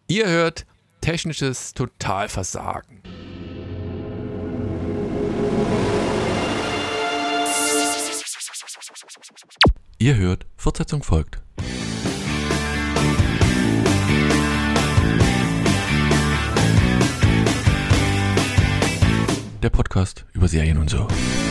Ihr hört technisches Totalversagen. Ihr hört, Fortsetzung folgt. Der Podcast über Serien und so.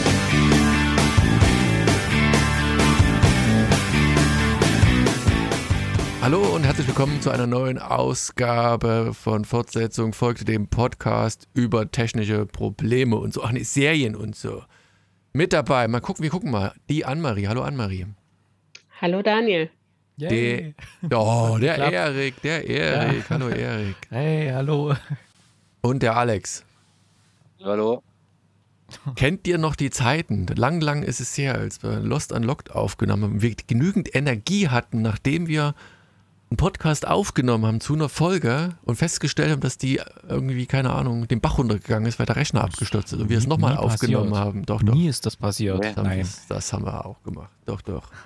Hallo und herzlich willkommen zu einer neuen Ausgabe von Fortsetzung folgte, dem Podcast über technische Probleme und so. Ach nee, Serien und so. Mit dabei, wir gucken mal, die Annemarie. Hallo Annemarie. Hallo Daniel. Der Erik. Ja. Hallo Erik. Hey, hallo. Und der Alex. Hallo. Kennt ihr noch die Zeiten? Lang ist es her, als wir Lost Unlocked aufgenommen haben. Wir genügend Energie hatten, nachdem wir einen Podcast aufgenommen haben zu einer Folge und festgestellt haben, dass die irgendwie, keine Ahnung, den Bach runtergegangen ist, weil der Rechner abgestürzt ist und wir es nochmal aufgenommen haben. Doch. Nie ist das passiert. Nein. Das haben wir auch gemacht. Doch.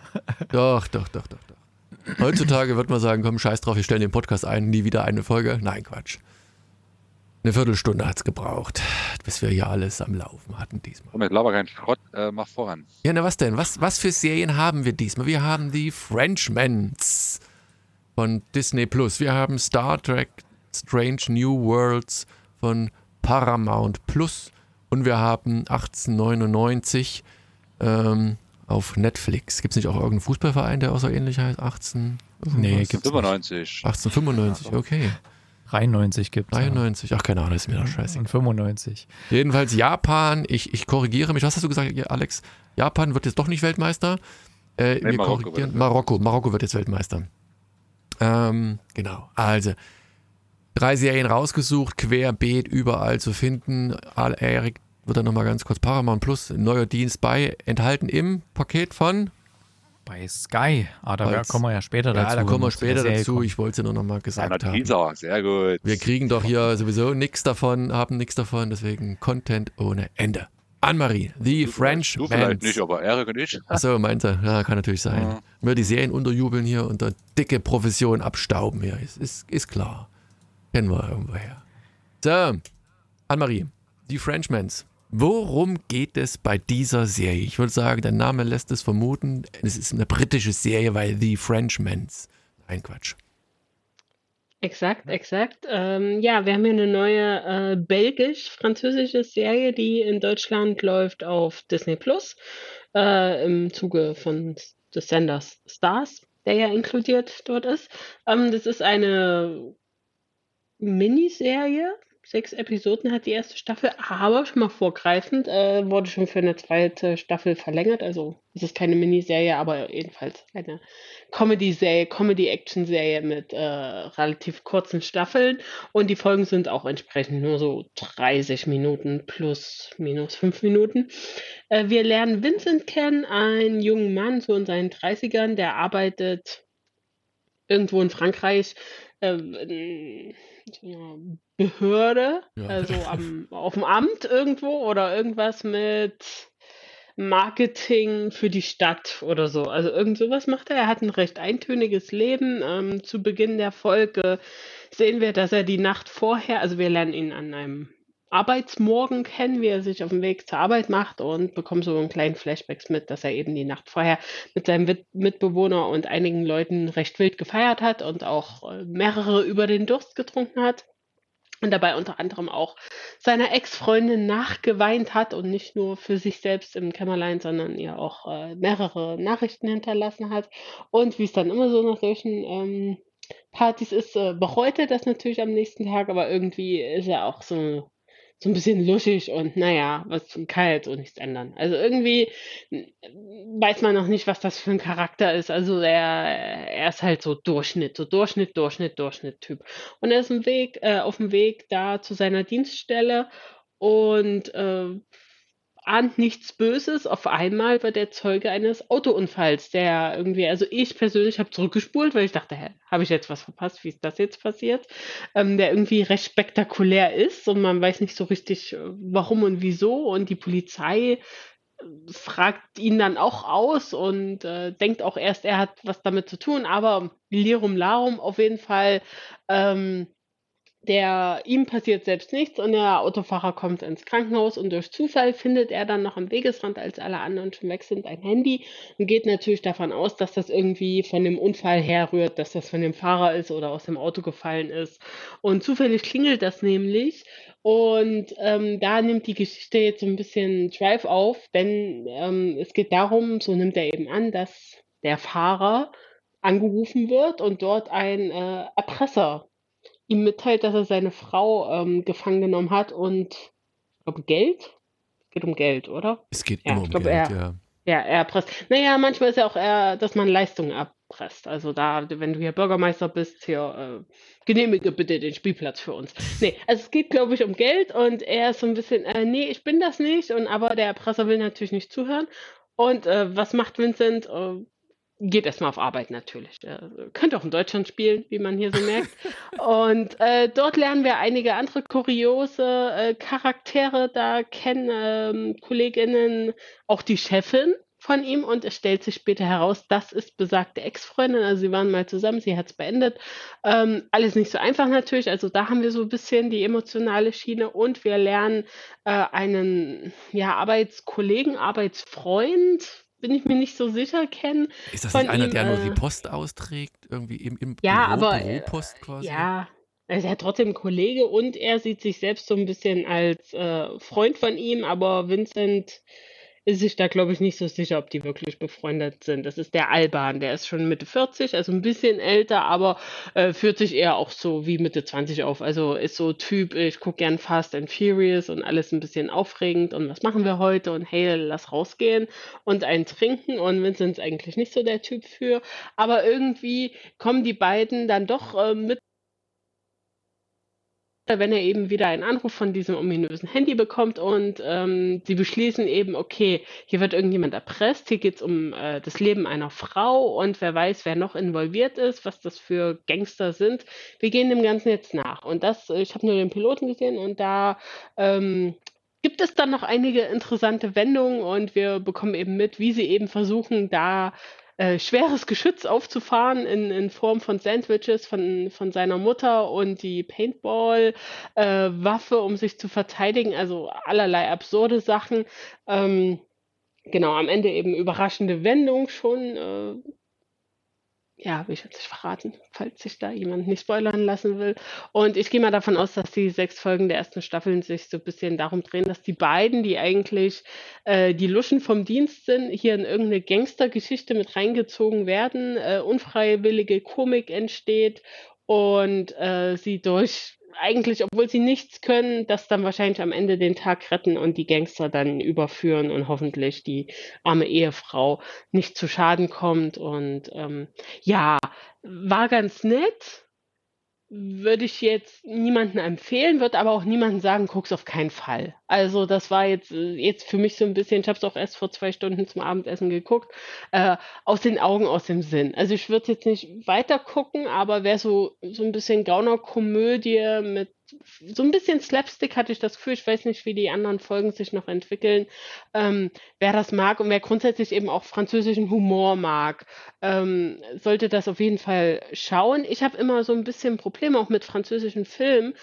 Heutzutage wird man sagen, komm, scheiß drauf, wir stellen den Podcast ein, nie wieder eine Folge. Nein, Quatsch. Eine Viertelstunde hat es gebraucht, bis wir hier alles am Laufen hatten diesmal. Komm, jetzt laber keinen Schrott, mach voran. Ja, na was denn? Was für Serien haben wir diesmal? Wir haben die Frenchmans von Disney Plus. Wir haben Star Trek Strange New Worlds von Paramount Plus. Und wir haben 1899 auf Netflix. Gibt es nicht auch irgendeinen Fußballverein, der auch so ähnlich heißt? 18? Nee, gibt's 95. 1895, okay. 93 gibt es. 93, ach keine Ahnung, das ist mir doch scheiße. Und 95. Jedenfalls Japan, ich korrigiere mich. Was hast du gesagt, Alex? Japan wird jetzt doch nicht Weltmeister. Wir korrigieren. Marokko wird jetzt Weltmeister. Genau, also 3 Serien rausgesucht, querbeet überall zu finden. Erik wird dann nochmal ganz kurz Paramount Plus, neuer Dienst enthalten im Paket von bei Sky. Da kommen wir ja später dazu. Ja, da kommen wir später dazu. Ich wollte es nur nochmal gesagt haben. Teaser, sehr gut. Wir kriegen doch hier sowieso nichts davon, haben nichts davon, deswegen Content ohne Ende. Annemarie, The Frenchmans. Du vielleicht nicht, aber Erik und ich. Achso, meint er. Ja, kann natürlich sein. Ja. Wir die Serien unterjubeln hier und der dicke Profession abstauben hier. Ist klar. Kennen wir irgendwoher. So, Annemarie, The Frenchmans. Worum geht es bei dieser Serie? Ich würde sagen, der Name lässt es vermuten, es ist eine britische Serie, weil The Frenchmans. Nein, Quatsch. Exakt. Ja, wir haben hier eine neue belgisch-französische Serie, die in Deutschland läuft auf Disney Plus im Zuge des Senders Stars, der ja inkludiert dort ist. Das ist eine Miniserie. 6 Episoden hat die erste Staffel, aber schon mal vorgreifend, wurde schon für eine zweite Staffel verlängert. Also es ist keine Miniserie, aber jedenfalls eine Comedy-Serie, Comedy-Action-Serie mit relativ kurzen Staffeln. Und die Folgen sind auch entsprechend nur so 30 Minuten plus minus 5 Minuten. Wir lernen Vincent kennen, einen jungen Mann, so in seinen 30ern, der arbeitet irgendwo in Frankreich in so einer Behörde, Ja. also auf dem Amt irgendwo oder irgendwas mit Marketing für die Stadt oder so. Also irgend sowas macht er. Er hat ein recht eintöniges Leben. Zu Beginn der Folge sehen wir, dass er die Nacht vorher, also wir lernen ihn an einem Arbeitsmorgen kennen, wie er sich auf dem Weg zur Arbeit macht und bekommen so einen kleinen Flashbacks mit, dass er eben die Nacht vorher mit seinem Mitbewohner und einigen Leuten recht wild gefeiert hat und auch mehrere über den Durst getrunken hat. Und dabei unter anderem auch seiner Ex-Freundin nachgeweint hat und nicht nur für sich selbst im Kämmerlein, sondern ihr auch mehrere Nachrichten hinterlassen hat. Und wie es dann immer so nach solchen Partys ist, bereut er das natürlich am nächsten Tag, aber irgendwie ist er auch so ein bisschen luschig und naja, was kann er jetzt auch nichts ändern. Also irgendwie weiß man noch nicht, was das für ein Charakter ist. Also er ist halt so Durchschnitt Typ. Und er ist auf dem Weg da zu seiner Dienststelle und ahnt nichts Böses. Auf einmal wird er Zeuge eines Autounfalls, der irgendwie, also ich persönlich habe zurückgespult, weil ich dachte, hä, habe ich jetzt was verpasst? Wie ist das jetzt passiert? Der irgendwie recht spektakulär ist und man weiß nicht so richtig, warum und wieso. Und die Polizei fragt ihn dann auch aus und denkt auch erst, er hat was damit zu tun, aber Lirum Larum auf jeden Fall ihm passiert selbst nichts und der Autofahrer kommt ins Krankenhaus und durch Zufall findet er dann noch am Wegesrand, als alle anderen schon weg sind, ein Handy und geht natürlich davon aus, dass das irgendwie von dem Unfall herrührt, dass das von dem Fahrer ist oder aus dem Auto gefallen ist. Und zufällig klingelt das nämlich und da nimmt die Geschichte jetzt so ein bisschen Drive auf, denn es geht darum, so nimmt er eben an, dass der Fahrer angerufen wird und dort ein Erpresser ihm mitteilt, dass er seine Frau gefangen genommen hat und ich glaube Geld? Es geht um Geld, oder? Es geht Ja, immer ich um glaube, Geld, ja. er erpresst. Naja, manchmal ist ja auch eher, dass man Leistungen erpresst. Also da, wenn du hier Bürgermeister bist, hier genehmige bitte den Spielplatz für uns. Nee, also es geht, glaube ich, um Geld und er ist so ein bisschen, nee, ich bin das nicht. Und aber der Erpresser will natürlich nicht zuhören. Und was macht Vincent? Geht erstmal auf Arbeit natürlich. Könnte auch in Deutschland spielen, wie man hier so merkt. Und dort lernen wir einige andere kuriose Charaktere da kennen, KollegInnen, auch die Chefin von ihm. Und es stellt sich später heraus, das ist besagte Ex-Freundin. Also sie waren mal zusammen, sie hat es beendet. Alles nicht so einfach natürlich. Also da haben wir so ein bisschen die emotionale Schiene. Und wir lernen einen Arbeitskollegen, Arbeitsfreund, bin ich mir nicht so sicher, kennen. Ist das Von nicht einer, ihm, der nur die Post austrägt? Irgendwie im ja, aber Büropost quasi? ja, also er hat trotzdem einen Kollege und er sieht sich selbst so ein bisschen als Freund von ihm, aber Vincent ist sich da, glaube ich, nicht so sicher, ob die wirklich befreundet sind. Das ist der Alban, der ist schon Mitte 40, also ein bisschen älter, aber führt sich eher auch so wie Mitte 20 auf. Also ist so Typ, ich gucke gern Fast and Furious und alles ein bisschen aufregend und was machen wir heute und hey, lass rausgehen und einen trinken und Vincent ist eigentlich nicht so der Typ für, aber irgendwie kommen die beiden dann doch mit, wenn er eben wieder einen Anruf von diesem ominösen Handy bekommt und sie beschließen eben, okay, hier wird irgendjemand erpresst, hier geht es um das Leben einer Frau und wer weiß, wer noch involviert ist, was das für Gangster sind. Wir gehen dem Ganzen jetzt nach. Und ich habe nur den Piloten gesehen und da gibt es dann noch einige interessante Wendungen und wir bekommen eben mit, wie sie eben versuchen, da schweres Geschütz aufzufahren in Form von Sandwiches von seiner Mutter und die Paintball-Waffe, um sich zu verteidigen. Also allerlei absurde Sachen. Genau, am Ende eben überraschende Wendung schon. Ja, will ich jetzt nicht verraten, falls sich da jemand nicht spoilern lassen will. Und ich gehe mal davon aus, dass die 6 Folgen der ersten Staffel sich so ein bisschen darum drehen, dass die beiden, die eigentlich die Luschen vom Dienst sind, hier in irgendeine Gangstergeschichte mit reingezogen werden, unfreiwillige Komik entsteht und sie durch eigentlich, obwohl sie nichts können, das dann wahrscheinlich am Ende den Tag retten und die Gangster dann überführen und hoffentlich die arme Ehefrau nicht zu Schaden kommt. Und ja, war ganz nett. Würde ich jetzt niemandem empfehlen, würde aber auch niemandem sagen, guck's auf keinen Fall. Also das war jetzt für mich so ein bisschen, ich habe es auch erst vor 2 Stunden zum Abendessen geguckt, aus den Augen, aus dem Sinn. Also ich würde jetzt nicht weiter gucken, aber wer so ein bisschen Gaunerkomödie mit so ein bisschen Slapstick hatte ich das Gefühl, ich weiß nicht, wie die anderen Folgen sich noch entwickeln, wer das mag und wer grundsätzlich eben auch französischen Humor mag, sollte das auf jeden Fall schauen. Ich habe immer so ein bisschen Probleme auch mit französischen Filmen,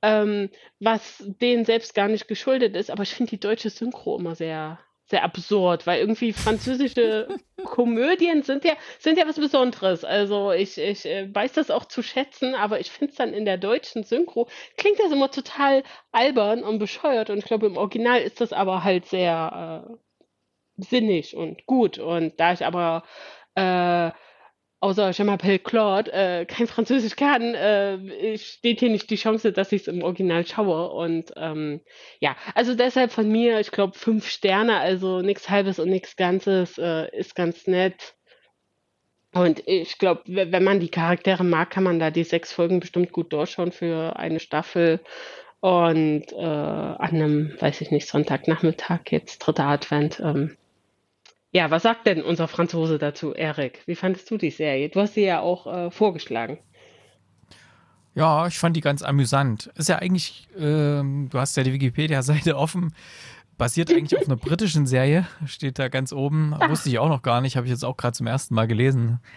was denen selbst gar nicht geschuldet ist, aber ich finde die deutsche Synchro immer sehr, sehr absurd, weil irgendwie französische Komödien sind ja was Besonderes. Also ich weiß das auch zu schätzen, aber ich finde es dann in der deutschen Synchro, klingt das immer total albern und bescheuert und ich glaube, im Original ist das aber halt sehr sinnig und gut. Und da ich aber außer Je m'appelle Claude kein Französisch kann, steht hier nicht die Chance, dass ich es im Original schaue. Und ja, also deshalb von mir, ich glaube 5 Sterne, also nichts Halbes und nichts Ganzes, ist ganz nett. Und ich glaube, wenn man die Charaktere mag, kann man da die 6 Folgen bestimmt gut durchschauen für eine Staffel. Und an einem, weiß ich nicht, Sonntagnachmittag, jetzt 3. Advent, ja, was sagt denn unser Franzose dazu, Erik? Wie fandest du die Serie? Du hast sie ja auch vorgeschlagen. Ja, ich fand die ganz amüsant. Ist ja eigentlich, du hast ja die Wikipedia-Seite offen, basiert eigentlich auf einer britischen Serie, steht da ganz oben. Wusste ich auch noch gar nicht, habe ich jetzt auch gerade zum ersten Mal gelesen.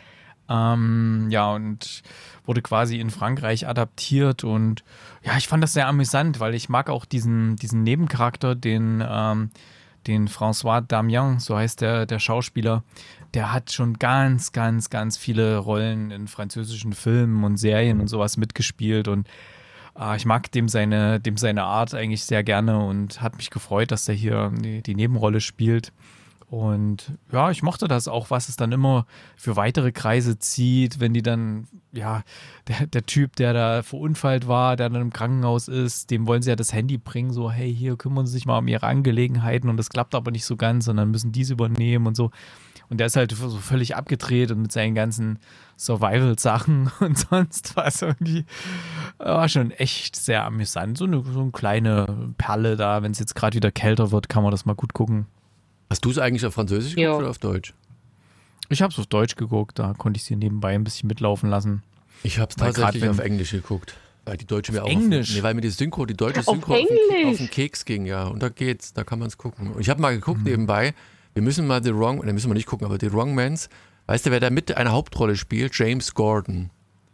Ja, und wurde quasi in Frankreich adaptiert und ja, ich fand das sehr amüsant, weil ich mag auch diesen Nebencharakter, den François Damiens, so heißt der Schauspieler, der hat schon ganz, ganz, ganz viele Rollen in französischen Filmen und Serien und sowas mitgespielt und ich mag dem seine Art eigentlich sehr gerne und hat mich gefreut, dass er hier die Nebenrolle spielt. Und ja, ich mochte das auch, was es dann immer für weitere Kreise zieht, wenn die dann, ja, der Typ, der da verunfallt war, der dann im Krankenhaus ist, dem wollen sie ja das Handy bringen, so, hey, hier kümmern Sie sich mal um Ihre Angelegenheiten und das klappt aber nicht so ganz und dann müssen die es übernehmen und so. Und der ist halt so völlig abgedreht und mit seinen ganzen Survival-Sachen und sonst was irgendwie. War schon echt sehr amüsant. So eine kleine Perle da, wenn es jetzt gerade wieder kälter wird, kann man das mal gut gucken. Hast du es eigentlich auf Französisch geguckt oder auf Deutsch? Ich habe es auf Deutsch geguckt, da konnte ich es hier nebenbei ein bisschen mitlaufen lassen. Ich habe es tatsächlich auf Englisch geguckt. Weil die Deutsche mir auch Englisch? weil mir die deutsche Synchro auf den Keks ging, ja. Und da geht's, da kann man es gucken. Und ich habe mal geguckt nebenbei, wir müssen mal The Wrongmans, weißt du, wer da mit eine Hauptrolle spielt? James Gordon.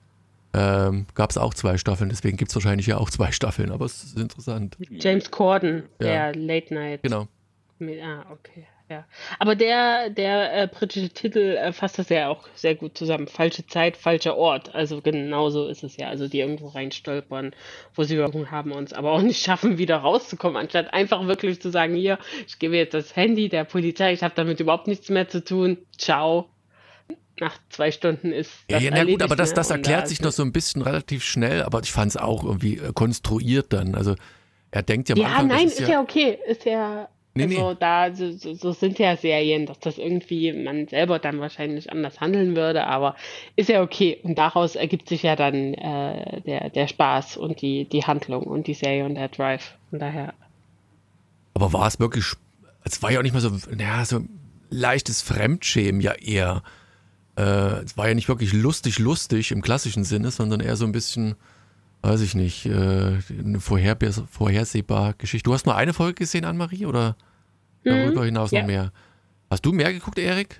Gab es auch 2 Staffeln, deswegen gibt es wahrscheinlich ja auch 2 Staffeln, aber es ist interessant. James Corden, der Late Night. Genau. Okay, ja. Aber der britische Titel fasst das ja auch sehr gut zusammen. Falsche Zeit, falscher Ort. Also genauso ist es ja. Also die irgendwo reinstolpern, wo sie Wirkung haben und es aber auch nicht schaffen, wieder rauszukommen, anstatt einfach wirklich zu sagen, hier, ich gebe jetzt das Handy der Polizei, ich habe damit überhaupt nichts mehr zu tun. Ciao. Nach 2 Stunden ist das na gut, aber das ne? erklärt sich noch so ein bisschen relativ schnell, aber ich fand es auch irgendwie konstruiert dann. Also er denkt ja am Anfang, nein, ist ja okay. Ist ja... Nee. So sind ja Serien, dass das irgendwie man selber dann wahrscheinlich anders handeln würde, aber ist ja okay. Und daraus ergibt sich ja dann der Spaß und die Handlung und die Serie und der Drive. Von daher. Aber war es wirklich, es war ja auch nicht mal so, so leichtes Fremdschämen ja eher. Es war ja nicht wirklich lustig im klassischen Sinne, sondern eher so ein bisschen, weiß ich nicht, eine vorhersehbare Geschichte. Du hast nur eine Folge gesehen, Annemarie, oder darüber hinaus noch mehr? Hast du mehr geguckt, Erik?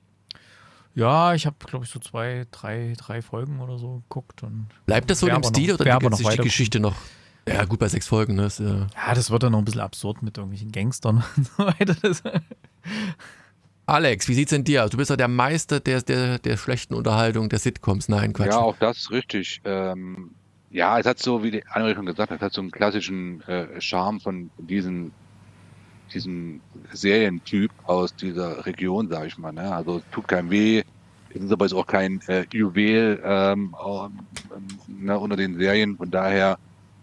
Ja, ich habe, glaube ich, so 2, 3 Folgen oder so geguckt. Und bleibt das so im Stil oder entwickelt sich die Geschichte noch? Ja, gut, bei 6 Folgen. Ne? Ja, das wird dann noch ein bisschen absurd mit irgendwelchen Gangstern und so weiter. Alex, wie sieht's denn dir aus? Du bist ja der Meister der schlechten Unterhaltung, der Sitcoms. Nein, Quatsch. Ja, auch das ist richtig. Ja, es hat so, wie die Annemarie schon gesagt hat, so einen klassischen Charme von diesem Serientyp aus dieser Region, sage ich mal. Ne? Also es tut keinem weh, es ist aber jetzt auch kein Juwel unter den Serien, von daher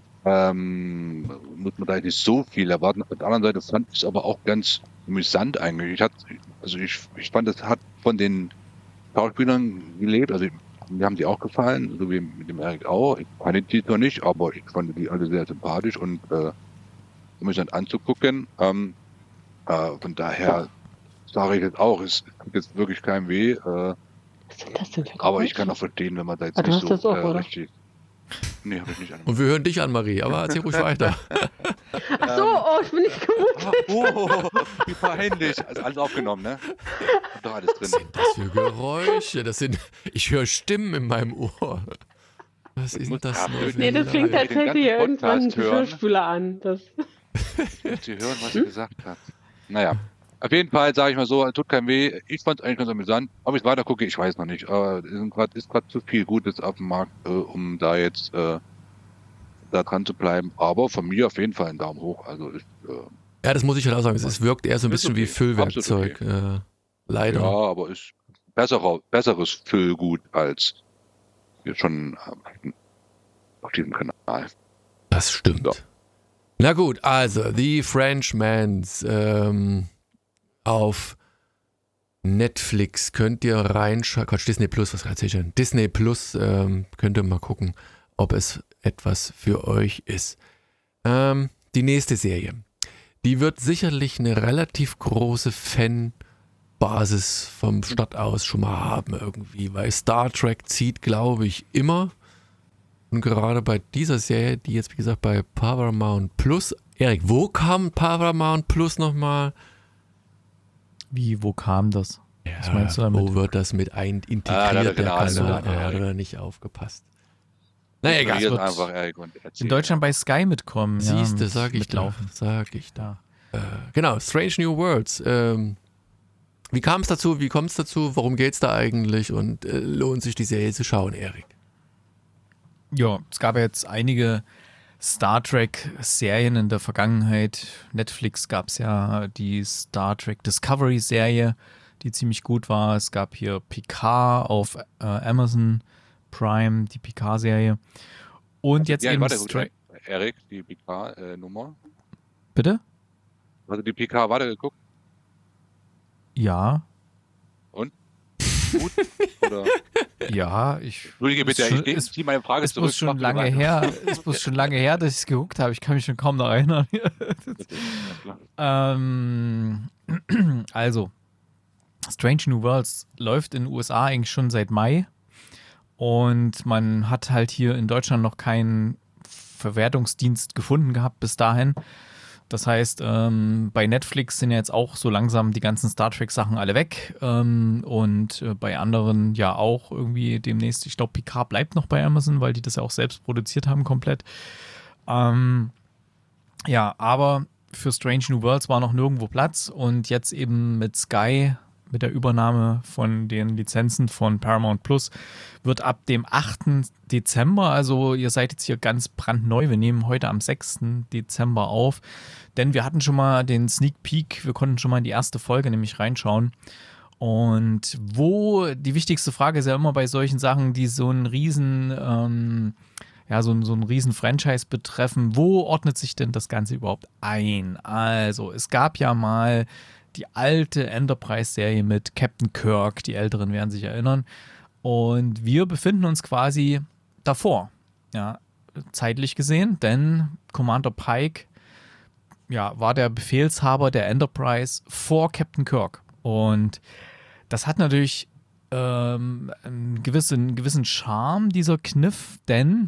muss man da nicht so viel erwarten. Auf der anderen Seite fand ich es aber auch ganz amüsant eigentlich. Ich fand, es hat von den Schauspielern gelebt, also mir haben die auch gefallen, so wie mit dem Erik auch. Ich kannte die zwar nicht, aber ich fand die alle sehr sympathisch und amüsant anzugucken. Von daher sage ich jetzt auch, es tut jetzt wirklich keinem weh. Was sind das denn für Aber Geräusche? ich kann auch verstehen, wenn man da jetzt Du nicht hast so das auch, oder? richtig... Nee, habe ich nicht an. Und wir hören dich an, Marie, aber erzähl ruhig weiter. Ach so, ich bin nicht gemutet. Wie peinlich. Also alles aufgenommen, ne? Hab doch alles drin. Was sind das für Geräusche? Ich höre Stimmen in meinem Ohr. Was ist denn das? Nee, das klingt den tatsächlich ganzen irgendwann ein Podcast hören. Geschirrspüler an. Sie hören, was er gesagt hat. Naja, auf jeden Fall sage ich mal so, tut keinem weh. Ich fand es eigentlich ganz amüsant. Ob ich es weiter gucke, ich weiß noch nicht. Aber es ist gerade zu viel Gutes auf dem Markt, um da jetzt da dran zu bleiben. Aber von mir auf jeden Fall ein Daumen hoch. Also Ja, das muss ich halt auch sagen. Es wirkt eher so ein Ist bisschen wie okay. Füllwerkzeug. Leider. ja, aber ist besseres Füllgut als wir schon auf diesem Kanal. Das stimmt. Ja. Na gut, also The Frenchmans auf Netflix könnt ihr reinschauen. Quatsch, Disney Plus, was erzähl ich denn? Disney Plus könnt ihr mal gucken, ob es etwas für euch ist. Die nächste Serie. Die wird sicherlich eine relativ große Fanbasis vom Start aus schon mal haben irgendwie, weil Star Trek zieht, glaube ich, immer. Und gerade bei dieser Serie, die jetzt wie gesagt bei Paramount Plus, Erik, wo kam Paramount Plus nochmal? Wie, wo kam das? Ja, Was meinst du damit? wo wird das mit integriert, der Kanal? Er hat oder nicht aufgepasst. Na egal. Hier ist einfach Erik und In Deutschland bei Sky mitkommen. Siehste, sag ich da. Genau, Strange New Worlds. Wie kam es dazu? Wie kommt es dazu? Worum geht es da eigentlich? Und lohnt sich die Serie zu schauen, Erik? Ja, es gab ja jetzt einige Star Trek-Serien in der Vergangenheit. Netflix gab es ja die Star Trek Discovery-Serie, die ziemlich gut war. Es gab hier Picard auf Amazon Prime, die Picard-Serie. Und jetzt eben Erik, die Picard-Nummer. Bitte? Also die Picard weitergeguckt? Ja. Und? Gut? Oder? Ja, Entschuldige bitte, ich ziehe meine Frage zurück. Es muss schon lange her, dass ich es geguckt habe. Ich kann mich schon kaum noch erinnern. Also, Strange New Worlds läuft in den USA eigentlich schon seit Mai. Und man hat halt hier in Deutschland noch keinen Verwertungsdienst gefunden gehabt bis dahin. Das heißt, bei Netflix sind ja jetzt auch so langsam die ganzen Star Trek-Sachen alle weg und bei anderen ja auch irgendwie demnächst. Ich glaube, Picard bleibt noch bei Amazon, weil die das ja auch selbst produziert haben komplett. Ja, aber für Strange New Worlds war noch nirgendwo Platz und jetzt eben mit Sky, mit der Übernahme von den Lizenzen von Paramount Plus, wird ab dem 8. Dezember, also ihr seid jetzt hier ganz brandneu, wir nehmen heute am 6. Dezember auf, denn wir hatten schon mal den Sneak Peek, wir konnten schon mal in die erste Folge nämlich reinschauen. Und die wichtigste Frage ist ja immer bei solchen Sachen, die so einen riesen, so einen riesen Franchise betreffen, wo ordnet sich denn das Ganze überhaupt ein? Also, es gab ja mal die alte Enterprise-Serie mit Captain Kirk, die Älteren werden sich erinnern. Und wir befinden uns quasi davor, ja, zeitlich gesehen, denn Commander Pike war der Befehlshaber der Enterprise vor Captain Kirk. Und das hat natürlich einen gewissen Charme, dieser Kniff, denn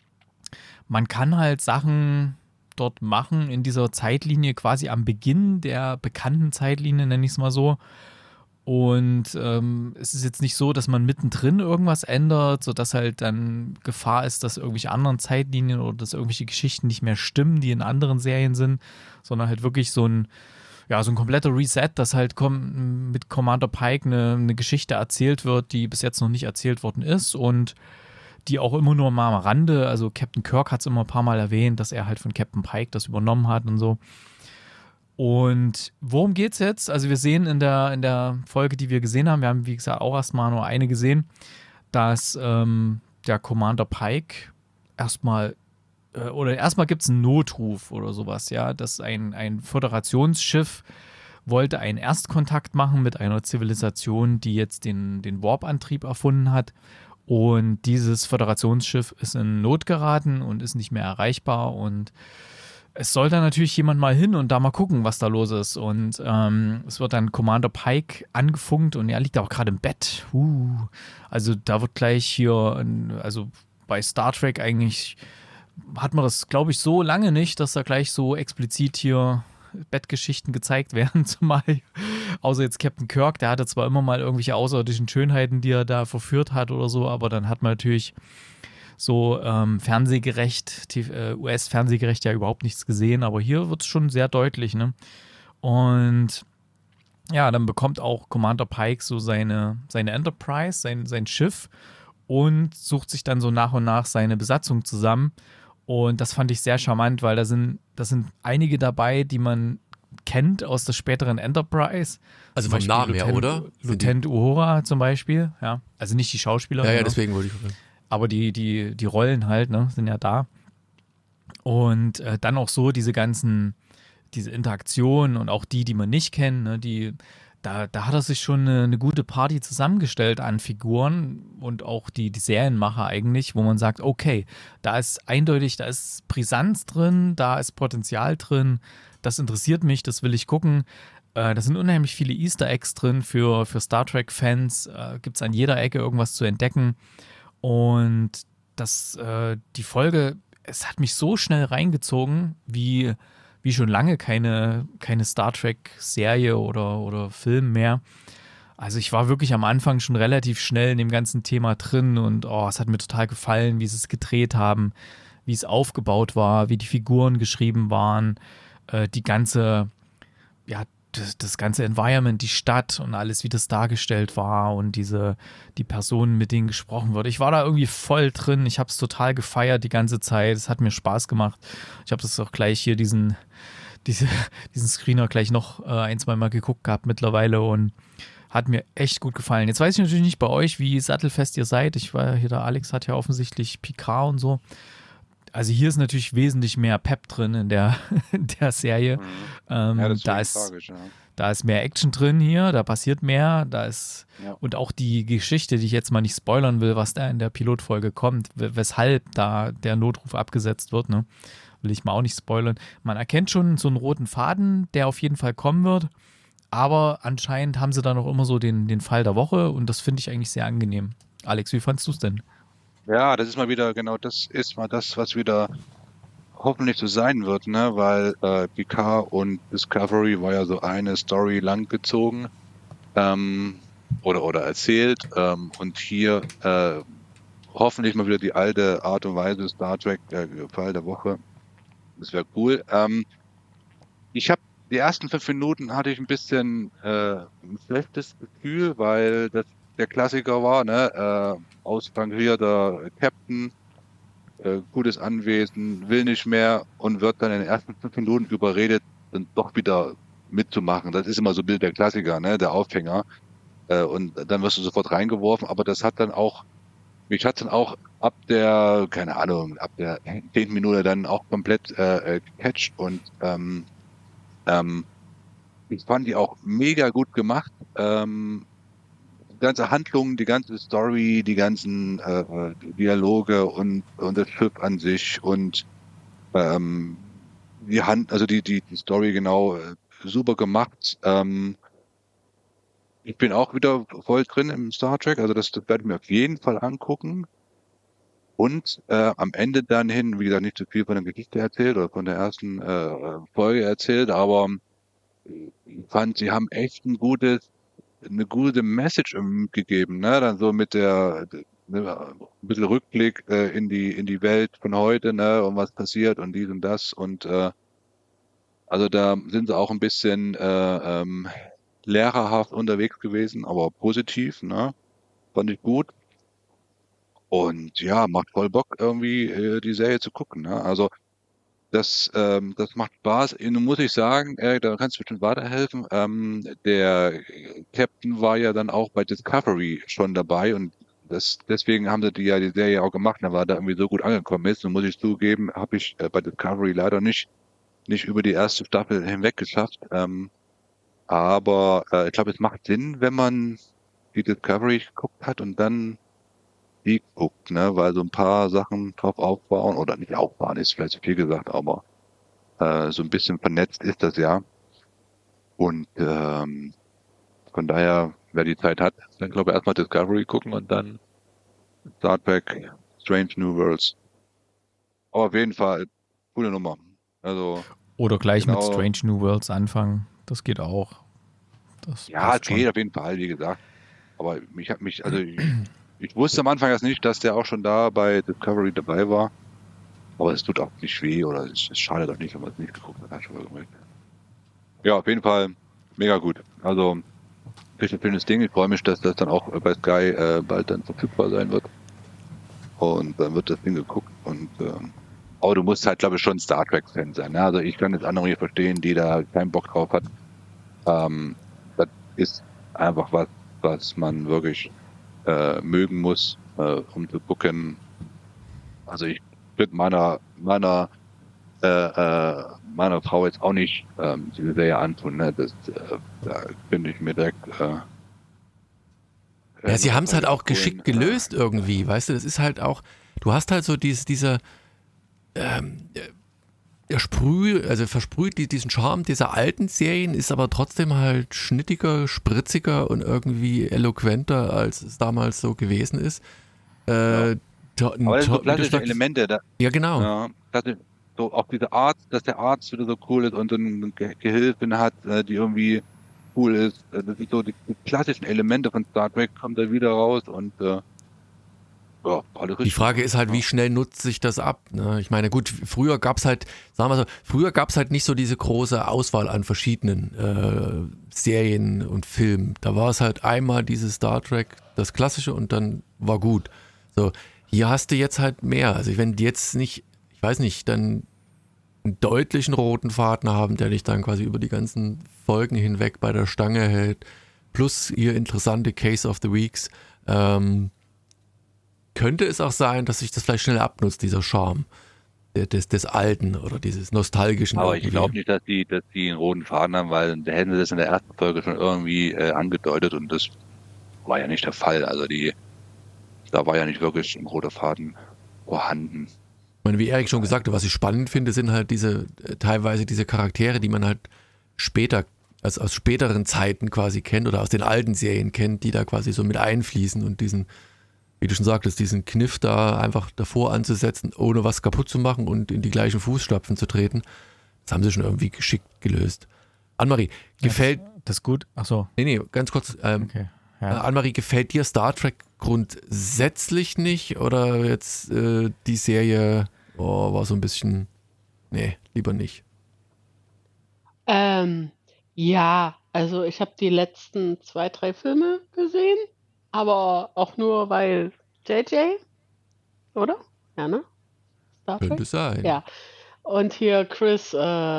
man kann halt Sachen dort machen in dieser Zeitlinie, quasi am Beginn der bekannten Zeitlinie, nenne ich es mal so. Und es ist jetzt nicht so, dass man mittendrin irgendwas ändert, sodass halt dann Gefahr ist, dass irgendwelche anderen Zeitlinien oder dass irgendwelche Geschichten nicht mehr stimmen, die in anderen Serien sind, sondern halt wirklich so ein kompletter Reset, dass halt mit Commander Pike eine Geschichte erzählt wird, die bis jetzt noch nicht erzählt worden ist und die auch immer nur mal am Rande, also Captain Kirk hat es immer ein paar Mal erwähnt, dass er halt von Captain Pike das übernommen hat und so. Und worum geht's jetzt? Also wir sehen in der Folge, die wir gesehen haben, wir haben wie gesagt auch erstmal nur eine gesehen, dass der Commander Pike erstmal gibt es einen Notruf oder sowas, ja, dass ein Föderationsschiff wollte einen Erstkontakt machen mit einer Zivilisation, die jetzt den Warp-Antrieb erfunden hat. Und dieses Föderationsschiff ist in Not geraten und ist nicht mehr erreichbar. Und es soll dann natürlich jemand mal hin und da mal gucken, was da los ist. Und es wird dann Commander Pike angefunkt und er liegt auch gerade im Bett. Also da wird gleich hier, also bei Star Trek eigentlich hat man das, glaube ich, so lange nicht, dass da gleich so explizit hier Bettgeschichten gezeigt werden, zumal außer jetzt Captain Kirk, der hatte zwar immer mal irgendwelche außerirdischen Schönheiten, die er da verführt hat oder so, aber dann hat man natürlich so fernsehgerecht, US-Fernsehgerecht ja überhaupt nichts gesehen, aber hier wird es schon sehr deutlich, ne? Und ja, dann bekommt auch Commander Pike so seine Enterprise, sein Schiff und sucht sich dann so nach und nach seine Besatzung zusammen. Und das fand ich sehr charmant, weil da sind einige dabei, die man kennt aus der späteren Enterprise. Also vom Namen her, oder? Lieutenant Uhura zum Beispiel, ja. Also nicht die Schauspieler. Ja, deswegen wollte ich. Aber die Rollen halt, ne, sind ja da. Und dann auch so diese Interaktionen und auch die man nicht kennt, ne, da hat er sich schon eine gute Party zusammengestellt an Figuren und auch die Serienmacher eigentlich, wo man sagt, okay, da ist Brisanz drin, da ist Potenzial drin, das interessiert mich, das will ich gucken. Da sind unheimlich viele Easter Eggs drin für Star Trek-Fans, gibt es an jeder Ecke irgendwas zu entdecken und die Folge, es hat mich so schnell reingezogen, wie schon lange keine Star Trek-Serie oder Film mehr. Also ich war wirklich am Anfang schon relativ schnell in dem ganzen Thema drin und es hat mir total gefallen, wie sie es gedreht haben, wie es aufgebaut war, wie die Figuren geschrieben waren, die ganze, ja, das ganze Environment, die Stadt und alles, wie das dargestellt war und die Personen, mit denen gesprochen wurde. Ich war da irgendwie voll drin. Ich habe es total gefeiert die ganze Zeit. Es hat mir Spaß gemacht. Ich habe das auch gleich hier diesen Screener gleich noch 1-2 Mal geguckt gehabt mittlerweile und hat mir echt gut gefallen. Jetzt weiß ich natürlich nicht bei euch, wie sattelfest ihr seid. Ich war hier, der Alex hat ja offensichtlich Picard und so. Also hier ist natürlich wesentlich mehr Pep drin in der Serie. Das da ist tragisch, ja. Da ist mehr Action drin hier, da passiert mehr, und auch die Geschichte, die ich jetzt mal nicht spoilern will, was da in der Pilotfolge kommt, weshalb da der Notruf abgesetzt wird, ne? Will ich mal auch nicht spoilern. Man erkennt schon so einen roten Faden, der auf jeden Fall kommen wird, aber anscheinend haben sie da noch immer so den Fall der Woche und das finde ich eigentlich sehr angenehm. Alex, wie fandst du es denn? Ja, das ist mal wieder, genau, das ist mal das, was wieder hoffentlich so sein wird, ne? Weil Picard und Discovery war ja so eine Story langgezogen oder erzählt und hier hoffentlich mal wieder die alte Art und Weise Star Trek, Fall der Woche. Das wäre cool. Ich habe die ersten 5 Minuten hatte ich ein bisschen ein schlechtes Gefühl, weil das der Klassiker war, ne? Ausrangierter Captain, gutes Anwesen, will nicht mehr und wird dann in den ersten 5 Minuten überredet, dann doch wieder mitzumachen. Das ist immer so ein Bild der Klassiker, ne? Der Aufhänger. Und dann wirst du sofort reingeworfen, aber das hat dann auch, mich hat dann auch ab der, keine Ahnung, ab der 10. Minute dann auch komplett gecatcht und ich fand die auch mega gut gemacht. Die ganze Handlung, die ganze Story, die ganzen Dialoge und das Schiff an sich und die Story genau super gemacht. Ich bin auch wieder voll drin im Star Trek, also das werde ich mir auf jeden Fall angucken. Und am Ende dann hin, wie gesagt, nicht zu viel von der Geschichte erzählt oder von der ersten Folge erzählt, aber ich fand, sie haben echt eine gute Message gegeben, ne? Dann so mit ein bisschen Rückblick in die Welt von heute, ne? Und was passiert und dies und das und also da sind sie auch ein bisschen lehrerhaft unterwegs gewesen, aber positiv, ne? Fand ich gut. Und ja, macht voll Bock irgendwie die Serie zu gucken, ne? Also das macht Spaß. Nun muss ich sagen, da kannst du bestimmt weiterhelfen. Der Captain war ja dann auch bei Discovery schon dabei und deswegen haben sie die Serie auch gemacht, weil er da irgendwie so gut angekommen ist. Und muss ich zugeben, habe ich bei Discovery leider nicht über die erste Staffel hinweg geschafft. Aber ich glaube, es macht Sinn, wenn man die Discovery geguckt hat und dann die guckt, ne? Weil so ein paar Sachen drauf aufbauen oder nicht aufbauen ist vielleicht zu viel gesagt, aber so ein bisschen vernetzt ist das ja. Und von daher, wer die Zeit hat, dann glaube ich erstmal Discovery gucken und dann Star Trek, Strange New Worlds. Aber auf jeden Fall coole Nummer. Also oder gleich genau, mit Strange New Worlds anfangen. Das geht auch. Das ja, es geht auf jeden Fall, wie gesagt. Aber ich wusste am Anfang erst nicht, dass der auch schon da bei Discovery dabei war. Aber es tut auch nicht weh oder es schadet auch nicht, wenn man es nicht geguckt hat. Ja, auf jeden Fall mega gut. Also, richtig schönes Ding. Ich freue mich, dass das dann auch bei Sky bald dann verfügbar sein wird. Und dann wird das Ding geguckt. Und aber du musst halt, glaube ich, schon Star Trek-Fan sein. Ne? Also ich kann jetzt andere hier verstehen, die da keinen Bock drauf hat. Das ist einfach was man wirklich mögen muss, um zu gucken. Also ich würde meiner Frau jetzt auch nicht diese Serie antun. Ne? Da finde ich mir direkt. Ja, sie haben es halt auch geschickt gelöst irgendwie, weißt du, das ist halt auch, du hast halt so dieser versprüht diesen Charme dieser alten Serien, ist aber trotzdem halt schnittiger, spritziger und irgendwie eloquenter, als es damals so gewesen ist. Aber das sind so klassische Elemente. Ja, genau. Ja, so auch diese Art, dass der Arzt wieder so cool ist und so eine Gehilfin hat, die irgendwie cool ist. Das ist so die klassischen Elemente von Star Trek kommen da wieder raus und ja, alle richtig. Die Frage ist halt, wie schnell nutzt sich das ab? Ne? Ich meine, gut, früher gab es halt, sagen wir so, früher gab es halt nicht so diese große Auswahl an verschiedenen Serien und Filmen. Da war es halt einmal dieses Star Trek, das Klassische, und dann war gut. So, hier hast du jetzt halt mehr. Also wenn die jetzt nicht, ich weiß nicht, dann einen deutlichen roten Faden haben, der dich dann quasi über die ganzen Folgen hinweg bei der Stange hält, plus ihr interessante Case of the Weeks, könnte es auch sein, dass sich das vielleicht schnell abnutzt, dieser Charme des Alten oder dieses Nostalgischen. Aber ich glaube nicht, dass die einen roten Faden haben, weil da hätten sie das in der ersten Folge schon irgendwie angedeutet und das war ja nicht der Fall. Also da war ja nicht wirklich ein roter Faden vorhanden. Ich meine, wie Erik schon gesagt hat, was ich spannend finde, sind halt teilweise diese Charaktere, die man halt später, also aus späteren Zeiten quasi kennt oder aus den alten Serien kennt, die da quasi so mit einfließen und diesen, wie du schon sagtest, diesen Kniff da einfach davor anzusetzen, ohne was kaputt zu machen und in die gleichen Fußstapfen zu treten. Das haben sie schon irgendwie geschickt gelöst. Annemarie, gefällt... Das ist gut? Achso. Nee, ganz kurz. Okay. Ja. Annemarie, gefällt dir Star Trek grundsätzlich nicht oder jetzt die Serie war so ein bisschen... Nee, lieber nicht. Ja, also ich habe die letzten 2, 3 Filme gesehen, aber auch nur, weil JJ, oder? Ja, ne? Star Trek? Könnte sein. Ja. Und hier Chris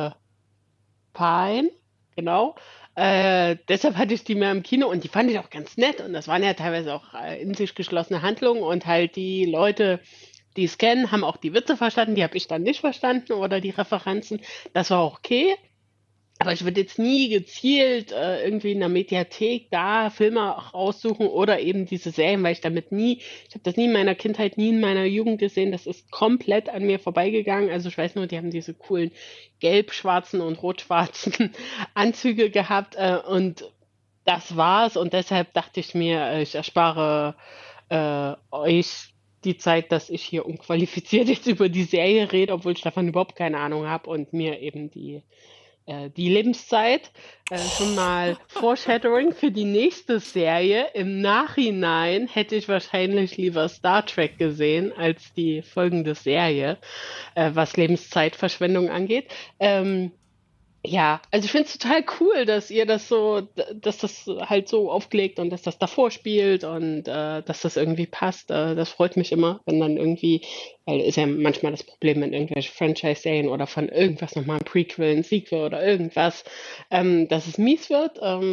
Pine, genau. Deshalb hatte ich die mehr im Kino und die fand ich auch ganz nett. Und das waren ja teilweise auch in sich geschlossene Handlungen und halt die Leute, die es kennen, haben auch die Witze verstanden, die habe ich dann nicht verstanden oder die Referenzen. Das war auch okay. Aber ich würde jetzt nie gezielt irgendwie in der Mediathek da Filme raussuchen oder eben diese Serien, weil ich habe das nie in meiner Kindheit, nie in meiner Jugend gesehen. Das ist komplett an mir vorbeigegangen. Also ich weiß nur, die haben diese coolen gelb-schwarzen und rot-schwarzen Anzüge gehabt und das war's. Und deshalb dachte ich mir, ich erspare euch die Zeit, dass ich hier unqualifiziert jetzt über die Serie rede, obwohl ich davon überhaupt keine Ahnung habe und mir eben die Lebenszeit, schon mal Foreshadowing für die nächste Serie. Im Nachhinein hätte ich wahrscheinlich lieber Star Trek gesehen als die folgende Serie, was Lebenszeitverschwendung angeht. Ja, also ich finde es total cool, dass ihr dass das halt so aufgelegt und dass das davor spielt und dass das irgendwie passt. Das freut mich immer, wenn dann irgendwie, weil ist ja manchmal das Problem, wenn irgendwelche Franchise-Serien oder von irgendwas nochmal ein Prequel, ein Sequel oder irgendwas, dass es mies wird.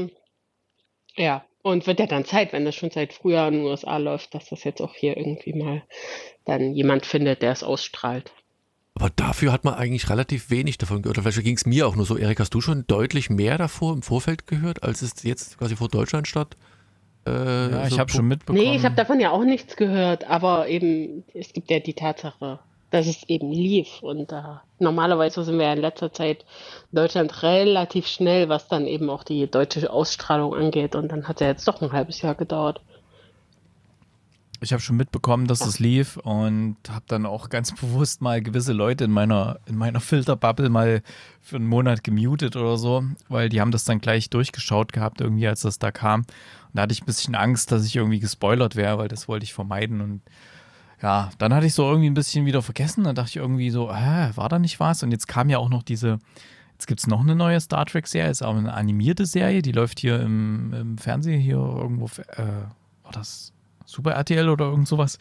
Ja, und wird ja dann Zeit, wenn das schon seit Frühjahr in den USA läuft, dass das jetzt auch hier irgendwie mal dann jemand findet, der es ausstrahlt. Aber dafür hat man eigentlich relativ wenig davon gehört. Oder vielleicht ging es mir auch nur so. Erik, hast du schon deutlich mehr davor im Vorfeld gehört, als es jetzt quasi vor Deutschland statt? Ja, ich so habe schon mitbekommen. Nee, ich habe davon ja auch nichts gehört, aber eben, es gibt ja die Tatsache, dass es eben lief. Und normalerweise sind wir ja in letzter Zeit in Deutschland relativ schnell, was dann eben auch die deutsche Ausstrahlung angeht. Und dann hat es ja jetzt doch ein halbes Jahr gedauert. Ich habe schon mitbekommen, dass es lief und habe dann auch ganz bewusst mal gewisse Leute in meiner Filterbubble mal für einen Monat gemutet oder so, weil die haben das dann gleich durchgeschaut gehabt, irgendwie als das da kam. Und da hatte ich ein bisschen Angst, dass ich irgendwie gespoilert wäre, weil das wollte ich vermeiden. Und ja, dann hatte ich so irgendwie ein bisschen wieder vergessen. Dann dachte ich irgendwie so, war da nicht was? Und jetzt kam ja auch noch jetzt gibt es noch eine neue Star Trek-Serie, ist auch eine animierte Serie, die läuft hier im Fernsehen, hier irgendwo, war das Super RTL oder irgend sowas.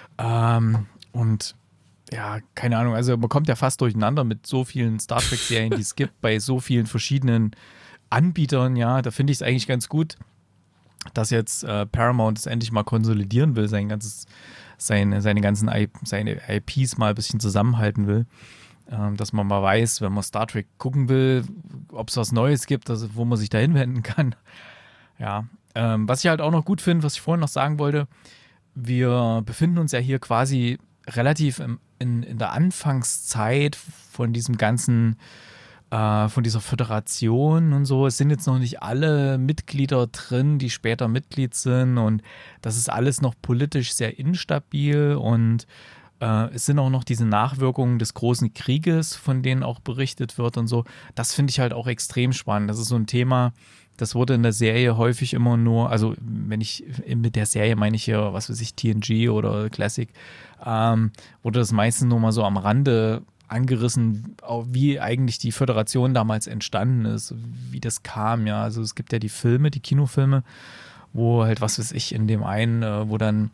Und ja, keine Ahnung, also man kommt ja fast durcheinander mit so vielen Star Trek-Serien, die es gibt, bei so vielen verschiedenen Anbietern, ja, da finde ich es eigentlich ganz gut, dass jetzt Paramount es endlich mal konsolidieren will, seine ganzen seine IPs mal ein bisschen zusammenhalten will, dass man mal weiß, wenn man Star Trek gucken will, ob es was Neues gibt, also wo man sich da hinwenden kann. Ja, was ich halt auch noch gut finde, was ich vorhin noch sagen wollte, wir befinden uns ja hier quasi relativ in der Anfangszeit von diesem ganzen, von dieser Föderation und so. Es sind jetzt noch nicht alle Mitglieder drin, die später Mitglied sind und das ist alles noch politisch sehr instabil und es sind auch noch diese Nachwirkungen des großen Krieges, von denen auch berichtet wird und so. Das finde ich halt auch extrem spannend. Das ist so ein Thema, Das wurde in der Serie häufig immer nur, also wenn ich mit der Serie meine ich hier, was weiß ich, TNG oder Classic, wurde das meistens nur mal so am Rande angerissen, wie eigentlich die Föderation damals entstanden ist, wie das kam, ja. Also es gibt ja die Filme, die Kinofilme, wo halt, was weiß ich, in dem einen, wo dann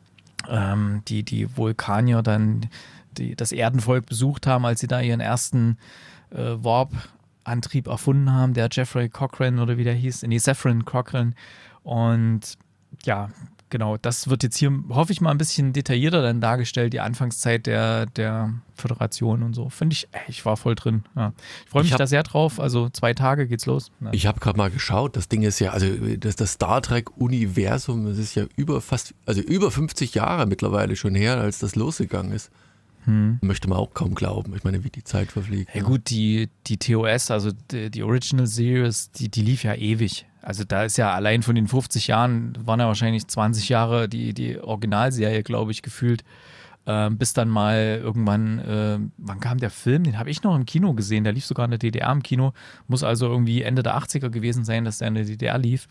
die Vulkanier dann das Erdenvolk besucht haben, als sie da ihren ersten Warp-Antrieb erfunden haben, der Jeffrey Cochran oder wie der hieß, Zefram Cochrane. Und ja, genau, das wird jetzt hier, hoffe ich mal, ein bisschen detaillierter dann dargestellt, die Anfangszeit der Föderation und so. Finde ich, ich war voll drin. Ja. Ich freue mich da sehr drauf. Also 2 Tage geht's los. Ja. Ich habe gerade mal geschaut, das Ding ist ja, also das Star Trek-Universum, das ist ja über 50 Jahre mittlerweile schon her, als das losgegangen ist. Möchte man auch kaum glauben. Ich meine, wie die Zeit verfliegt. Ja gut, die TOS, also die Original Series, die lief ja ewig. Also da ist ja allein von den 50 Jahren, waren ja wahrscheinlich 20 Jahre die Originalserie, glaube ich, gefühlt. Bis dann mal irgendwann, wann kam der Film? Den habe ich noch im Kino gesehen. Der lief sogar in der DDR im Kino. Muss also irgendwie Ende der 80er gewesen sein, dass der in der DDR lief.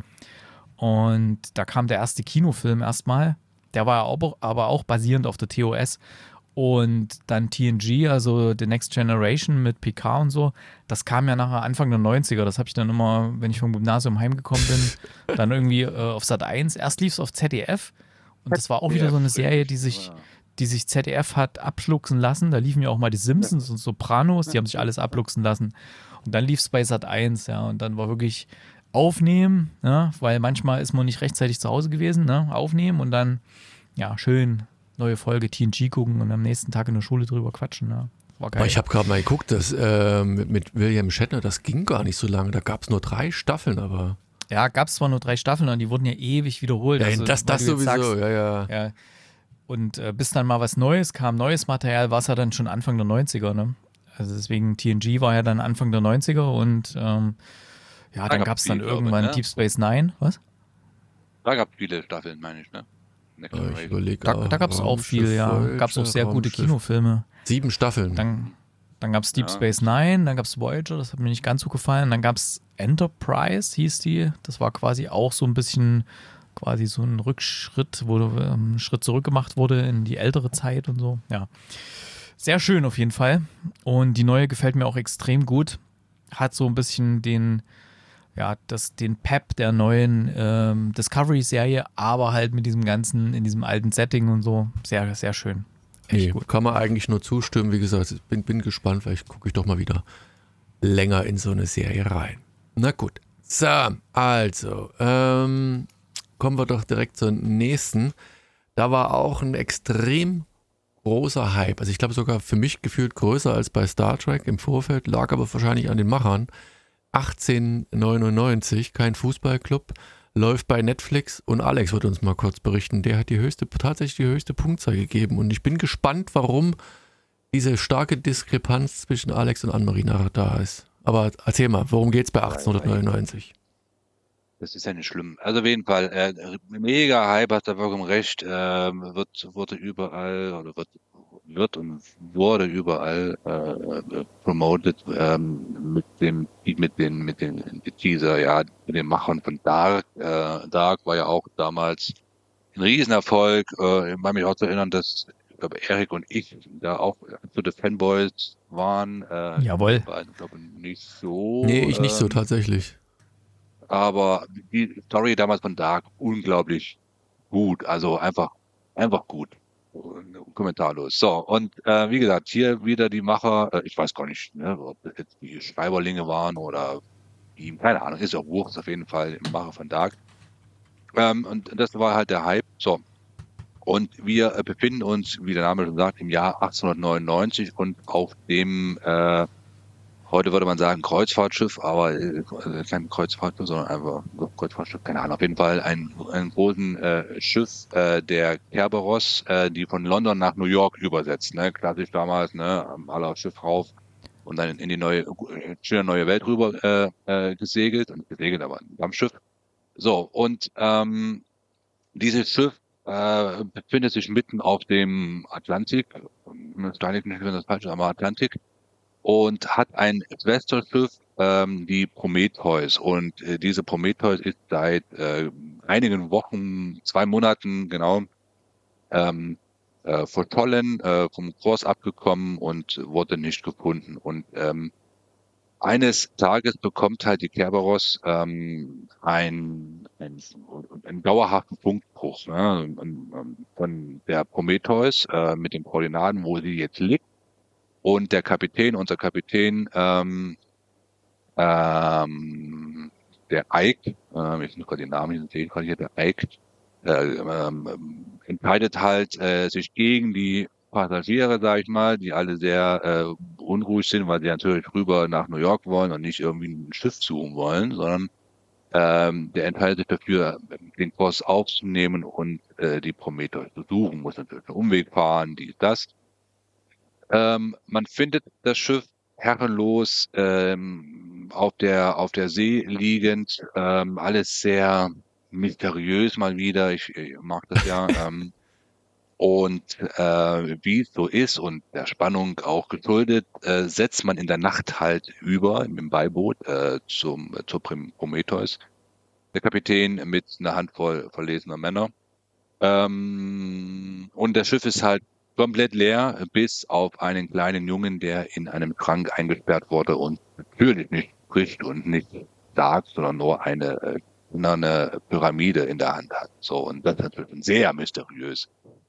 Und da kam der erste Kinofilm erstmal. Der war aber auch basierend auf der TOS. Und dann TNG, also The Next Generation mit Picard und so, das kam ja nachher Anfang der 90er. Das habe ich dann immer, wenn ich vom Gymnasium heimgekommen bin, dann irgendwie auf Sat.1. Erst lief es auf ZDF und das war auch wieder so eine Serie, die sich ZDF hat abschluchsen lassen. Da liefen ja auch mal die Simpsons und Sopranos, die haben sich alles abluchsen lassen. Und dann lief es bei Sat.1, ja, und dann war wirklich aufnehmen, ja, weil manchmal ist man nicht rechtzeitig zu Hause gewesen, ne, aufnehmen und dann, ja, schön neue Folge TNG gucken und am nächsten Tag in der Schule drüber quatschen. Ja. War geil. Aber ich habe gerade mal geguckt, dass mit William Shatner, das ging gar nicht so lange. Da gab es nur 3 Staffeln, aber. Ja, gab es zwar nur 3 Staffeln, aber die wurden ja ewig wiederholt. Ja, also, das sowieso, sagst, ja. Und bis dann mal was Neues kam, neues Material, war es ja dann schon Anfang der 90er. Ne? Also deswegen TNG war ja dann Anfang der 90er und dann gab es dann irgendwann Deep Space Nine. Was? Da gab es viele Staffeln, meine ich, ne? Ich überlege, da gab es auch viel, ja. Gab es auch sehr gute Kinofilme. 7 Staffeln. Dann gab es Deep Space Nine, dann gab es Voyager, das hat mir nicht ganz so gefallen. Dann gab es Enterprise, hieß die. Das war quasi auch so ein bisschen, quasi so ein Rückschritt, wo ein Schritt zurück gemacht wurde in die ältere Zeit und so. Ja, sehr schön auf jeden Fall. Und die neue gefällt mir auch extrem gut. Hat so ein bisschen den Pep der neuen Discovery-Serie, aber halt mit diesem ganzen, in diesem alten Setting und so. Sehr, sehr schön. Echt gut. Kann man eigentlich nur zustimmen. Wie gesagt, ich bin gespannt, vielleicht gucke ich doch mal wieder länger in so eine Serie rein. Na gut. So, also, kommen wir doch direkt zur nächsten. Da war auch ein extrem großer Hype. Also ich glaube sogar für mich gefühlt größer als bei Star Trek im Vorfeld, lag aber wahrscheinlich an den Machern. 1899, kein Fußballclub, läuft bei Netflix und Alex wird uns mal kurz berichten. Der hat tatsächlich die höchste Punktzahl gegeben und ich bin gespannt, warum diese starke Diskrepanz zwischen Alex und Annemarie nachher da ist. Aber erzähl mal, worum geht's bei 1899? Das ist ja nicht schlimm. Also auf jeden Fall, mega Hype, hast du vollkommen recht, wurde überall oder wird und wurde überall promoted mit den Teaser, ja, mit den Machern von Dark. Dark war ja auch damals ein Riesenerfolg. Ich meine mich auch zu erinnern, dass ich glaube Erik und ich da auch absolute Fanboys waren. Jawohl. Ich glaube nicht so. Nee, ich nicht so tatsächlich. Aber die Story damals von Dark unglaublich gut, also einfach gut. Kommentarlos. So, und wie gesagt, hier wieder die Macher, ich weiß gar nicht, ne, ob das jetzt die Schreiberlinge waren oder die, keine Ahnung, ist ja auch Wucht, auf jeden Fall im Macher von Dark. Und das war halt der Hype. So. Und wir befinden uns, wie der Name schon sagt, im Jahr 1899 und auf dem, heute würde man sagen Kreuzfahrtschiff, aber kein Kreuzfahrtschiff, sondern einfach Kreuzfahrtschiff, keine Ahnung. Auf jeden Fall ein großen Schiff der Kerberos, die von London nach New York übersetzt. Ne? Klassisch damals, ne, aller Schiff rauf und dann in die schöne neue Welt rüber gesegelt, aber ein Dampfschiff. So, und dieses Schiff befindet sich mitten auf dem Atlantik, das falsch, aber Atlantik. und hat ein Schwesterschiff, die Prometheus. Und diese Prometheus ist seit einigen Wochen, 2 Monaten genau, verschollen, vom Kurs abgekommen und wurde nicht gefunden. Und eines Tages bekommt halt die Kerberos einen dauerhaften Funkbruch, ne, von der Prometheus mit den Koordinaten, wo sie jetzt liegt. Und der Kapitän, unser Kapitän, der Ike, ich muss gerade den Namen nicht sehen, gerade hier, der Ike, entscheidet halt sich gegen die Passagiere, sag ich mal, die alle sehr unruhig sind, weil sie natürlich rüber nach New York wollen und nicht irgendwie ein Schiff suchen wollen, sondern der entscheidet sich dafür, den Kurs aufzunehmen und die Prometheus zu suchen, muss natürlich einen Umweg fahren, dies, das. Man findet das Schiff herrenlos auf der See liegend, alles sehr mysteriös mal wieder. Ich mag das ja. Und wie es so ist und der Spannung auch geschuldet, setzt man in der Nacht halt über im Beiboot zur Prometheus. Der Kapitän mit einer Handvoll verlesener Männer. Und das Schiff ist halt komplett leer, bis auf einen kleinen Jungen, der in einem Schrank eingesperrt wurde und natürlich nicht spricht und nicht sagt, sondern nur eine Pyramide in der Hand hat. So, und das ist natürlich sehr mysteriös.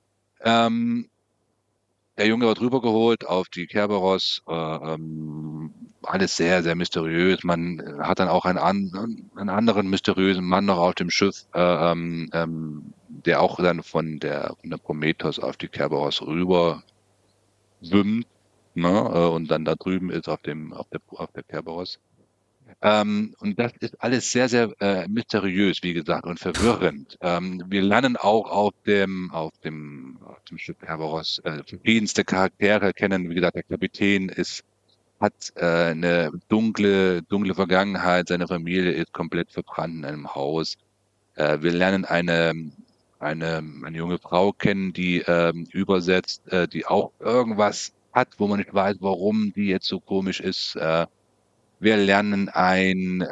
Der Junge wird rübergeholt auf die Kerberos, alles sehr, sehr mysteriös. Man hat dann auch einen anderen mysteriösen Mann noch auf dem Schiff, der auch dann von der Prometheus auf die Kerberos rüber schwimmt, ne, und dann da drüben ist auf der Kerberos. Und das ist alles sehr, sehr mysteriös, wie gesagt, und verwirrend. Wir lernen auch auf dem Schiff Kerberos verschiedenste Charaktere kennen. Wie gesagt, der Kapitän hat eine dunkle Vergangenheit. Seine Familie ist komplett verbrannt in einem Haus. Wir lernen eine junge Frau kennen, die übersetzt, die auch irgendwas hat, wo man nicht weiß, warum die jetzt so komisch ist. Wir lernen ein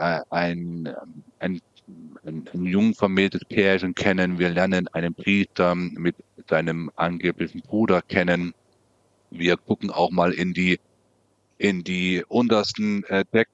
jung vermähltes Pärchen kennen. Wir lernen einen Priester mit seinem angeblichen Bruder kennen. Wir gucken auch mal in die untersten Deck,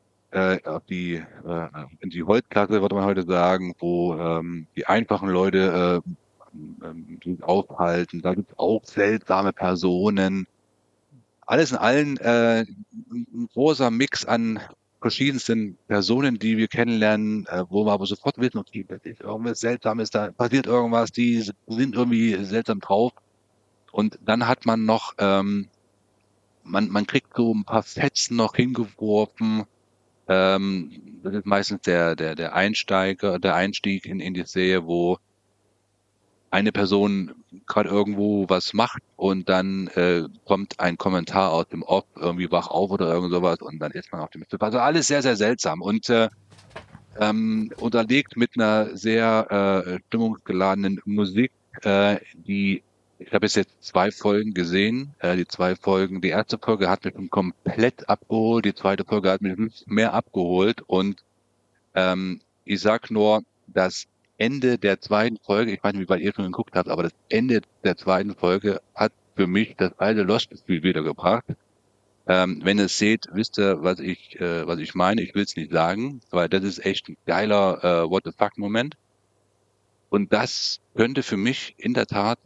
in die Holzklasse, würde man heute sagen, wo die einfachen Leute sich aufhalten. Da gibt es auch seltsame Personen. Alles in allem ein großer Mix an verschiedensten Personen, die wir kennenlernen, wo wir aber sofort wissen, okay, das ist irgendwas Seltsames, da passiert irgendwas, die sind irgendwie seltsam drauf. Und dann hat man noch, man kriegt so ein paar Fetzen noch hingeworfen. Das ist meistens der Einstieg in die Serie, wo eine Person gerade irgendwo was macht und dann kommt ein Kommentar aus dem Off, irgendwie wach auf oder irgend sowas und dann ist man auf dem Schiff. Also alles sehr, sehr seltsam und unterlegt mit einer sehr stimmungsgeladenen Musik, ich habe jetzt 2 Folgen gesehen. Die erste Folge hat mich schon komplett abgeholt, die zweite Folge hat mich nicht mehr abgeholt und ich sag nur, das Ende der zweiten Folge, ich weiß nicht, wie weit ihr schon geguckt habt, aber das Ende der zweiten Folge hat für mich das alte Lost-Gefühl wiedergebracht. Wenn ihr es seht, wisst ihr, was ich meine. Ich will es nicht sagen, weil das ist echt ein geiler What the fuck-Moment. Und das könnte für mich in der Tat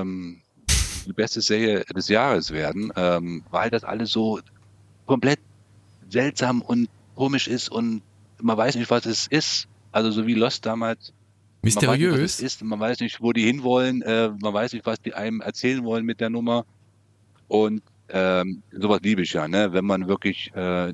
die beste Serie des Jahres werden, weil das alles so komplett seltsam und komisch ist und man weiß nicht, was es ist. Also so wie Lost damals. Man weiß nicht, was es Mysteriös. ist, man weiß nicht, wo die hinwollen, man weiß nicht, was die einem erzählen wollen mit der Nummer. Und sowas liebe ich ja, ne? Wenn man wirklich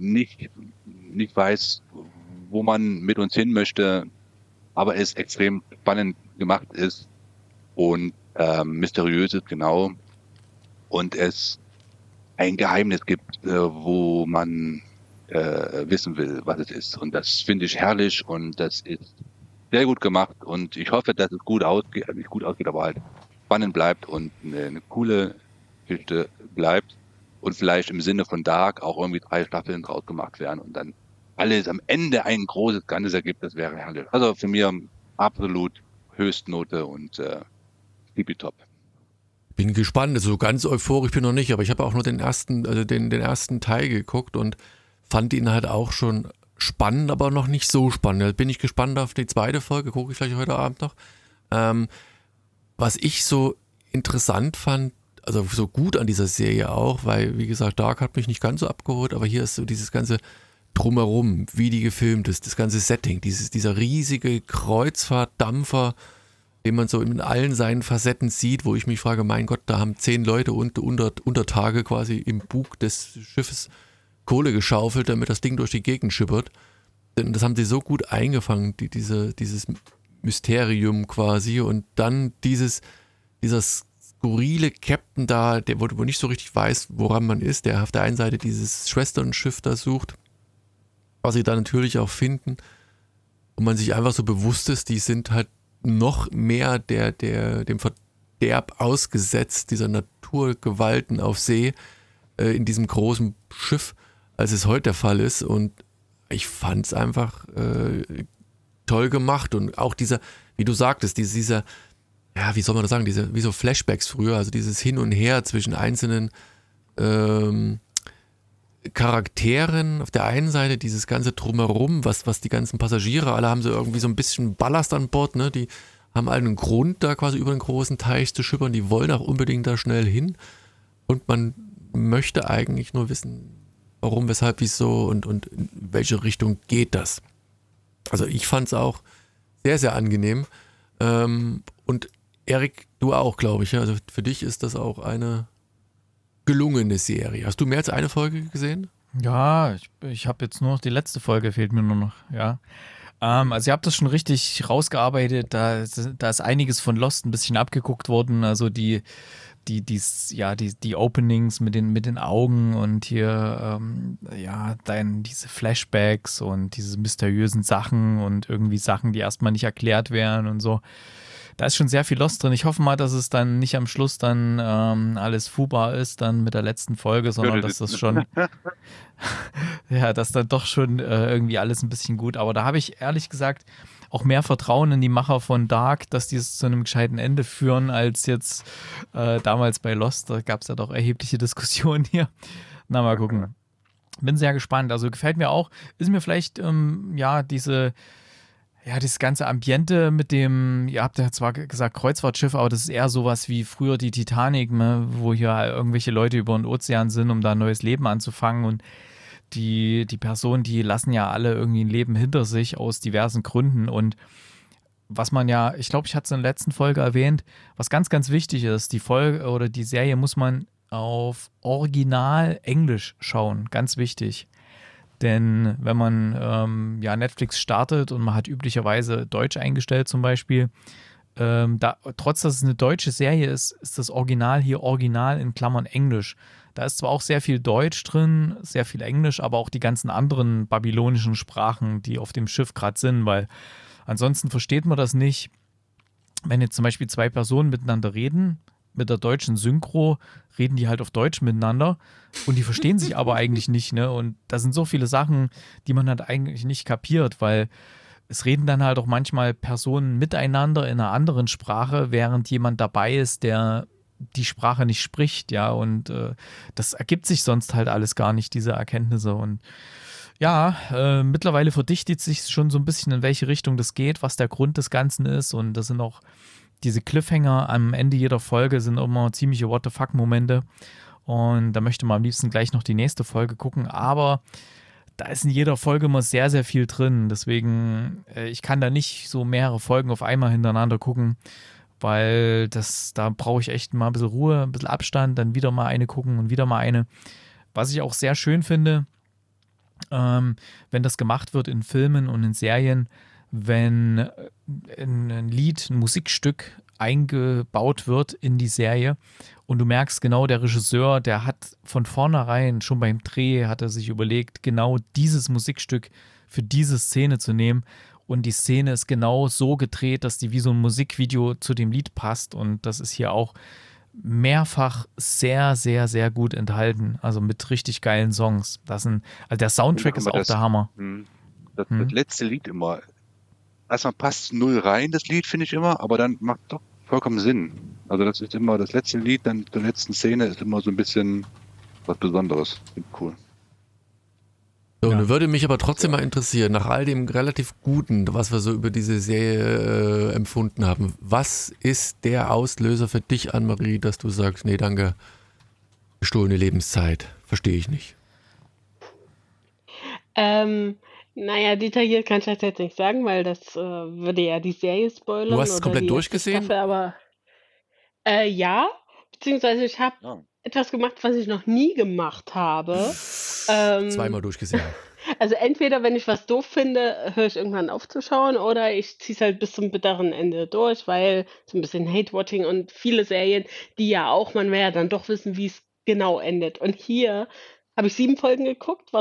nicht weiß, wo man mit uns hin möchte, aber es extrem spannend gemacht ist und mysteriös ist, genau. Und es ein Geheimnis gibt, wo man wissen will, was es ist. Und das finde ich herrlich und das ist sehr gut gemacht und ich hoffe, dass es nicht gut ausgeht, aber halt spannend bleibt und eine coole Geschichte bleibt. und vielleicht im Sinne von Dark auch irgendwie 3 Staffeln draus gemacht werden und dann alles am Ende ein großes Ganzes ergibt, das wäre herrlich. Also für mich absolut Höchstnote und tippitopp. Bin gespannt, also so ganz euphorisch bin ich noch nicht, aber ich habe auch nur den ersten Teil geguckt und fand ihn halt auch schon spannend, aber noch nicht so spannend. Da bin ich gespannt auf die zweite Folge, gucke ich vielleicht heute Abend noch. Was ich so interessant fand, also so gut an dieser Serie auch, weil, wie gesagt, Dark hat mich nicht ganz so abgeholt, aber hier ist so dieses ganze Drumherum, wie die gefilmt ist, das ganze Setting, dieser riesige Kreuzfahrtdampfer, den man so in allen seinen Facetten sieht, wo ich mich frage, mein Gott, da haben 10 Leute unter Tage quasi im Bug des Schiffes Kohle geschaufelt, damit das Ding durch die Gegend schippert. Denn das haben sie so gut eingefangen, dieses Mysterium quasi, und dann dieser skurrile Captain da, der wo nicht so richtig weiß, woran man ist, der auf der einen Seite dieses Schwesternschiff da sucht, was sie dann natürlich auch finden, und man sich einfach so bewusst ist, die sind halt noch mehr dem Verderb ausgesetzt, dieser Naturgewalten auf See, in diesem großen Schiff, als es heute der Fall ist. Und ich fand es einfach toll gemacht. Und auch dieser, wie du sagtest, dieser, ja, wie soll man das sagen, wie so Flashbacks früher, also dieses Hin und Her zwischen einzelnen Charakteren auf der einen Seite, dieses ganze Drumherum, was die ganzen Passagiere, alle haben so irgendwie so ein bisschen Ballast an Bord, ne? Die haben alle einen Grund, da quasi über den großen Teich zu schippern, die wollen auch unbedingt da schnell hin, und man möchte eigentlich nur wissen, warum, weshalb, wieso und in welche Richtung geht das. Also ich fand es auch sehr, sehr angenehm, und Erik, du auch, glaube ich, ja? Also für dich ist das auch eine gelungene Serie. Hast du mehr als eine Folge gesehen? Ja, ich habe jetzt nur noch die letzte Folge, fehlt mir nur noch, ja. Also ihr habt das schon richtig rausgearbeitet, da ist einiges von Lost ein bisschen abgeguckt worden, also die Openings mit den Augen und hier, diese Flashbacks und diese mysteriösen Sachen und irgendwie Sachen, die erstmal nicht erklärt werden und so. Da ist schon sehr viel Lost drin. Ich hoffe mal, dass es dann nicht am Schluss dann alles fubar ist, dann mit der letzten Folge, sondern dass das schon, ja, dass dann doch schon irgendwie alles ein bisschen gut. Aber da habe ich ehrlich gesagt auch mehr Vertrauen in die Macher von Dark, dass die es zu einem gescheiten Ende führen, als jetzt damals bei Lost. Da gab es ja doch erhebliche Diskussionen hier. Na, mal gucken. Bin sehr gespannt. Also gefällt mir auch. Ist mir vielleicht, dieses ganze Ambiente mit dem, ihr habt ja zwar gesagt Kreuzfahrtschiff, aber das ist eher sowas wie früher die Titanic, ne, wo hier irgendwelche Leute über den Ozean sind, um da ein neues Leben anzufangen, und die Personen, die lassen ja alle irgendwie ein Leben hinter sich aus diversen Gründen, und was man ja, ich glaube, ich hatte es in der letzten Folge erwähnt, was ganz, ganz wichtig ist, die Folge oder die Serie muss man auf Original Englisch schauen, ganz wichtig. Denn wenn man Netflix startet und man hat üblicherweise Deutsch eingestellt zum Beispiel, trotz dass es eine deutsche Serie ist, ist das Original hier Original in Klammern Englisch. Da ist zwar auch sehr viel Deutsch drin, sehr viel Englisch, aber auch die ganzen anderen babylonischen Sprachen, die auf dem Schiff gerade sind, weil ansonsten versteht man das nicht, wenn jetzt zum Beispiel 2 Personen miteinander reden. Mit der deutschen Synchro reden die halt auf Deutsch miteinander und die verstehen sich aber eigentlich nicht, ne? Und da sind so viele Sachen, die man halt eigentlich nicht kapiert, weil es reden dann halt auch manchmal Personen miteinander in einer anderen Sprache, während jemand dabei ist, der die Sprache nicht spricht, ja, und das ergibt sich sonst halt alles gar nicht, diese Erkenntnisse, und ja, mittlerweile verdichtet sich schon so ein bisschen, in welche Richtung das geht, was der Grund des Ganzen ist, und das sind auch diese Cliffhanger am Ende jeder Folge sind immer ziemliche What-the-fuck-Momente, und da möchte man am liebsten gleich noch die nächste Folge gucken, aber da ist in jeder Folge immer sehr, sehr viel drin, deswegen ich kann da nicht so mehrere Folgen auf einmal hintereinander gucken, weil da brauche ich echt mal ein bisschen Ruhe, ein bisschen Abstand, dann wieder mal eine gucken und wieder mal eine. Was ich auch sehr schön finde, wenn das gemacht wird in Filmen und in Serien, wenn ein Lied, ein Musikstück eingebaut wird in die Serie und du merkst genau, der Regisseur, der hat von vornherein, schon beim Dreh, hat er sich überlegt, genau dieses Musikstück für diese Szene zu nehmen, und die Szene ist genau so gedreht, dass die wie so ein Musikvideo zu dem Lied passt, und das ist hier auch mehrfach sehr, sehr, sehr gut enthalten. Also mit richtig geilen Songs. Also der Soundtrack ist auch der Hammer. Das letzte Lied immer. Erstmal passt null rein, das Lied, finde ich immer, aber dann macht doch vollkommen Sinn. Also das ist immer das letzte Lied, dann zur letzten Szene ist immer so ein bisschen was Besonderes. Cool. So, nun würde mich aber trotzdem mal interessieren, nach all dem relativ Guten, was wir so über diese Serie empfunden haben, was ist der Auslöser für dich, Annemarie, dass du sagst, nee, danke, gestohlene Lebenszeit, verstehe ich nicht. Naja, detailliert kann ich das jetzt nicht sagen, weil das würde ja die Serie spoilern. Du hast es komplett durchgesehen? Staffel, aber ja, beziehungsweise ich habe etwas gemacht, was ich noch nie gemacht habe. Zweimal durchgesehen. Also entweder, wenn ich was doof finde, höre ich irgendwann auf zu schauen oder ich ziehe es halt bis zum bitteren Ende durch, weil so ein bisschen Hate-Watching und viele Serien, die ja auch, man will ja dann doch wissen, wie es genau endet. Und hier habe ich 7 Folgen geguckt,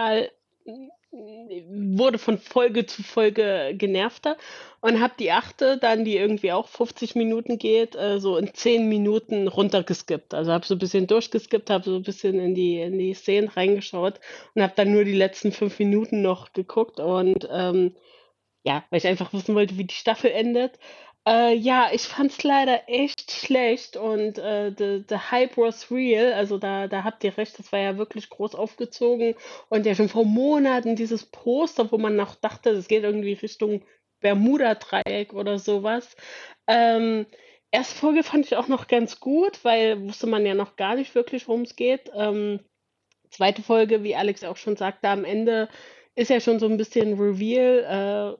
wurde von Folge zu Folge genervter und habe die 8. dann, die irgendwie auch 50 Minuten geht, so in 10 Minuten runtergeskippt. Also habe so ein bisschen durchgeskippt, habe so ein bisschen in die Szenen reingeschaut und habe dann nur die letzten 5 Minuten noch geguckt und ja, weil ich einfach wissen wollte, wie die Staffel endet. Ja, ich fand's leider echt schlecht und the hype was real. Also da habt ihr recht, das war ja wirklich groß aufgezogen und ja schon vor Monaten dieses Poster, wo man noch dachte, das geht irgendwie Richtung Bermuda-Dreieck oder sowas. Erste Folge fand ich auch noch ganz gut, weil wusste man ja noch gar nicht wirklich, worum es geht. Zweite Folge, wie Alex auch schon sagte, am Ende ist ja schon so ein bisschen Reveal,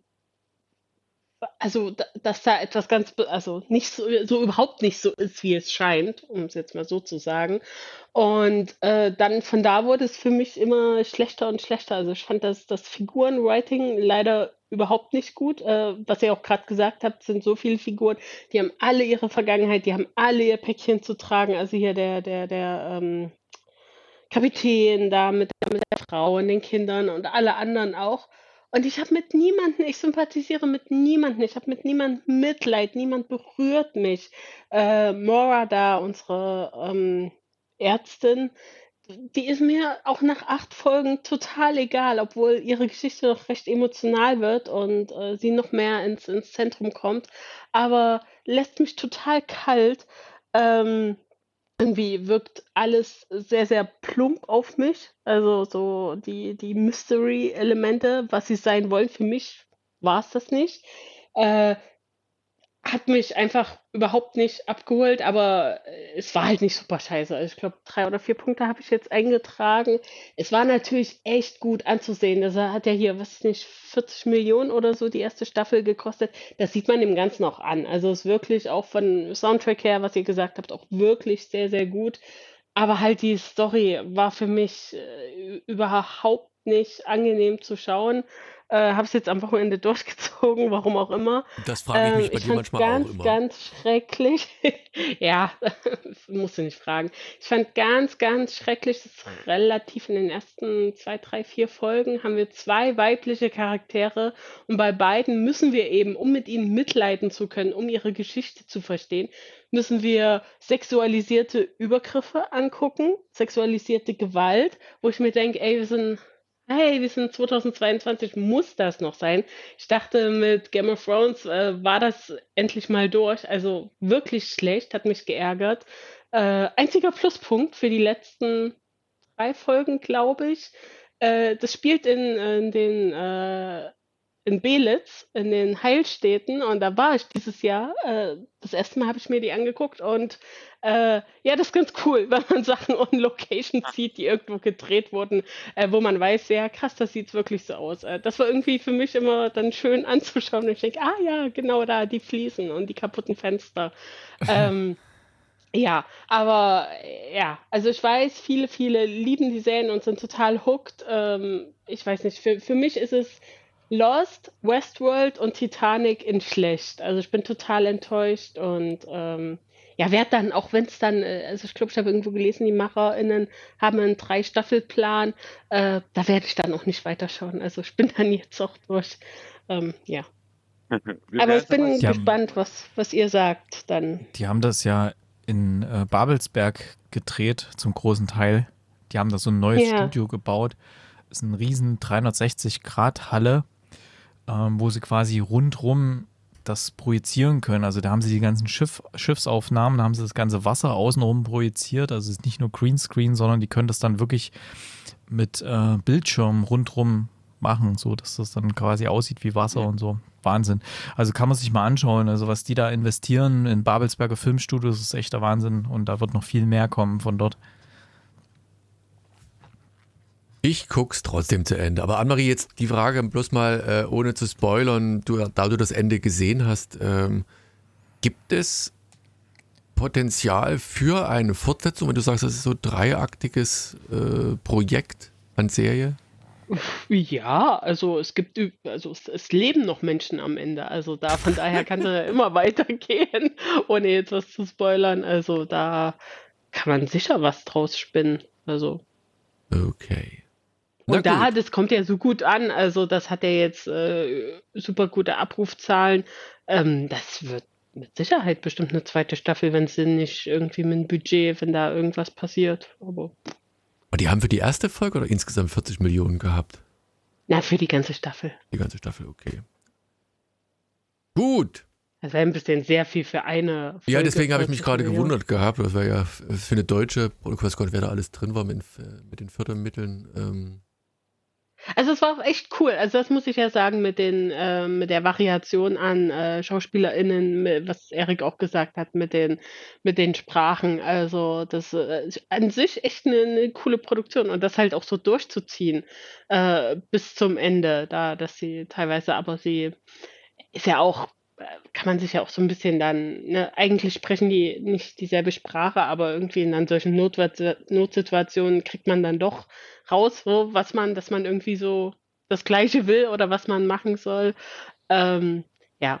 also, dass da etwas also nicht so überhaupt nicht so ist, wie es scheint, um es jetzt mal so zu sagen. Und dann von da wurde es für mich immer schlechter und schlechter. Also ich fand das Figurenwriting leider überhaupt nicht gut. Was ihr auch gerade gesagt habt, sind so viele Figuren, die haben alle ihre Vergangenheit, die haben alle ihr Päckchen zu tragen. Also hier der Kapitän da mit der Frau und den Kindern und alle anderen auch. Und ich sympathisiere mit niemandem, ich habe mit niemandem Mitleid, niemand berührt mich. Maura da, unsere Ärztin, die ist mir auch nach 8 Folgen total egal, obwohl ihre Geschichte noch recht emotional wird und sie noch mehr ins Zentrum kommt, aber lässt mich total kalt. Irgendwie wirkt alles sehr, sehr plump auf mich. Also so die Mystery-Elemente, was sie sein wollen, für mich war es das nicht. Äh, Hat mich einfach überhaupt nicht abgeholt, aber es war halt nicht super scheiße. Also ich glaube, 3 oder 4 Punkte habe ich jetzt eingetragen. Es war natürlich echt gut anzusehen. Das hat ja hier, was weiß nicht, 40 Millionen oder so die erste Staffel gekostet. Das sieht man dem Ganzen auch an. Also es ist wirklich auch von Soundtrack her, was ihr gesagt habt, auch wirklich sehr, sehr gut. Aber halt die Story war für mich überhaupt nicht angenehm zu schauen. Habe es jetzt am Wochenende durchgezogen, warum auch immer. Das frage ich mich bei Ich dir fand's manchmal auch ganz, immer. ganz schrecklich. Ja, musst du nicht fragen. Ich fand ganz, ganz schrecklich, das ist relativ in den ersten 2, 3, 4 Folgen haben wir 2 weibliche Charaktere und bei beiden müssen wir eben, um mit ihnen mitleiden zu können, um ihre Geschichte zu verstehen, müssen wir sexualisierte Übergriffe angucken, sexualisierte Gewalt, wo ich mir denke, ey, wir sind 2022, muss das noch sein? Ich dachte, mit Game of Thrones war das endlich mal durch. Also wirklich schlecht, hat mich geärgert. Einziger Pluspunkt für die letzten 3 Folgen, glaube ich. Das spielt in Belitz, in den Heilstädten, und da war ich dieses Jahr. Das erste Mal habe ich mir die angeguckt und ja, das ist ganz cool, wenn man Sachen on Location sieht, die irgendwo gedreht wurden, wo man weiß, ja krass, das sieht wirklich so aus. Das war irgendwie für mich immer dann schön anzuschauen und ich denke, ah ja, genau da, die Fliesen und die kaputten Fenster. Ja, aber ja, also ich weiß, viele lieben die Serien und sind total hooked. Ich weiß nicht, für mich ist es Lost, Westworld und Titanic in schlecht. Also ich bin total enttäuscht und ja, werde dann, auch wenn es dann, also ich glaube, ich habe irgendwo gelesen, die MacherInnen haben einen 3-Staffel-Plan. Da werde ich dann auch nicht weiterschauen. Also ich bin dann jetzt auch durch. Ja. Aber ich bin gespannt, was ihr sagt dann. Die haben das ja in Babelsberg gedreht, zum großen Teil. Die haben da so ein neues Studio gebaut. Das ist eine riesen 360-Grad-Halle, wo sie quasi rundrum das projizieren können. Also da haben sie die ganzen Schiffsaufnahmen, da haben sie das ganze Wasser außenrum projiziert. Also es ist nicht nur Greenscreen, sondern die können das dann wirklich mit Bildschirmen rundrum machen, so dass das dann quasi aussieht wie Wasser und so. Wahnsinn. Also kann man sich mal anschauen. Also was die da investieren in Babelsberger Filmstudios, ist echt der Wahnsinn. Und da wird noch viel mehr kommen von dort. Ich guck's trotzdem zu Ende. Aber Annemarie, jetzt die Frage bloß mal, ohne zu spoilern, da du das Ende gesehen hast, gibt es Potenzial für eine Fortsetzung, wenn du sagst, das ist so ein dreiaktiges Projekt an Serie? Ja, also es leben noch Menschen am Ende. Also von daher kann es ja immer weitergehen, ohne jetzt was zu spoilern. Also da kann man sicher was draus spinnen. Also. Okay. Und das kommt ja so gut an. Also das hat ja jetzt super gute Abrufzahlen. Das wird mit Sicherheit bestimmt eine zweite Staffel, wenn sie nicht irgendwie mit dem Budget, wenn da irgendwas passiert. Aber die haben für die erste Folge oder insgesamt 40 Millionen gehabt? Na, für die ganze Staffel. Die ganze Staffel, okay. Gut. Das wäre ein bisschen sehr viel für eine Folge. Ja, deswegen habe ich mich gerade gewundert gehabt. Das war ja für eine deutsche, ich weiß gar nicht, wer da alles drin war mit den Fördermitteln. Also es war auch echt cool. Also das muss ich ja sagen mit der Variation an SchauspielerInnen, was Erik auch gesagt hat, mit den Sprachen. Also das ist an sich echt eine coole Produktion und das halt auch so durchzuziehen bis zum Ende, dass sie teilweise, aber sie ist ja auch, kann man sich ja auch so ein bisschen dann, ne, eigentlich sprechen die nicht dieselbe Sprache, aber irgendwie in dann solchen Notsituationen kriegt man dann doch raus, so, dass man irgendwie so das Gleiche will oder was man machen soll. Ja.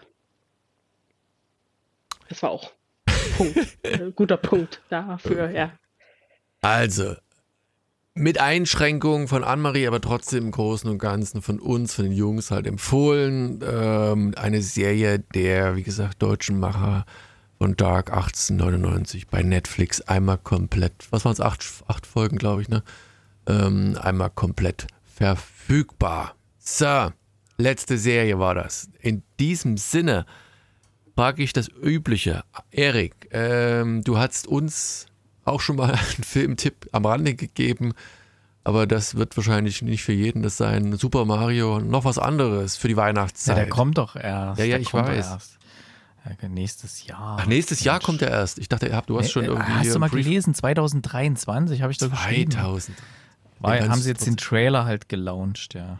Das war auch guter Punkt dafür, ja. Also, mit Einschränkungen von Annemarie, aber trotzdem im Großen und Ganzen von uns, von den Jungs halt empfohlen. Eine Serie der, wie gesagt, deutschen Macher von Dark 1899 bei Netflix. Einmal komplett, was waren es, 8 Folgen, glaube ich, ne? Einmal komplett verfügbar. So, letzte Serie war das. In diesem Sinne frage ich das Übliche. Erik, du hast uns auch schon mal einen Filmtipp am Rande gegeben, aber das wird wahrscheinlich nicht für jeden das sein. Super Mario, noch was anderes für die Weihnachtszeit. Ja, der kommt doch erst. Ja, ich weiß. Nächstes Jahr. Ach, nächstes Jahr kommt er erst. Ich dachte, du hast schon irgendwie... Hast du mal gelesen? 2023 habe ich doch geschrieben. 2000. Haben sie jetzt den Trailer halt gelauncht, ja.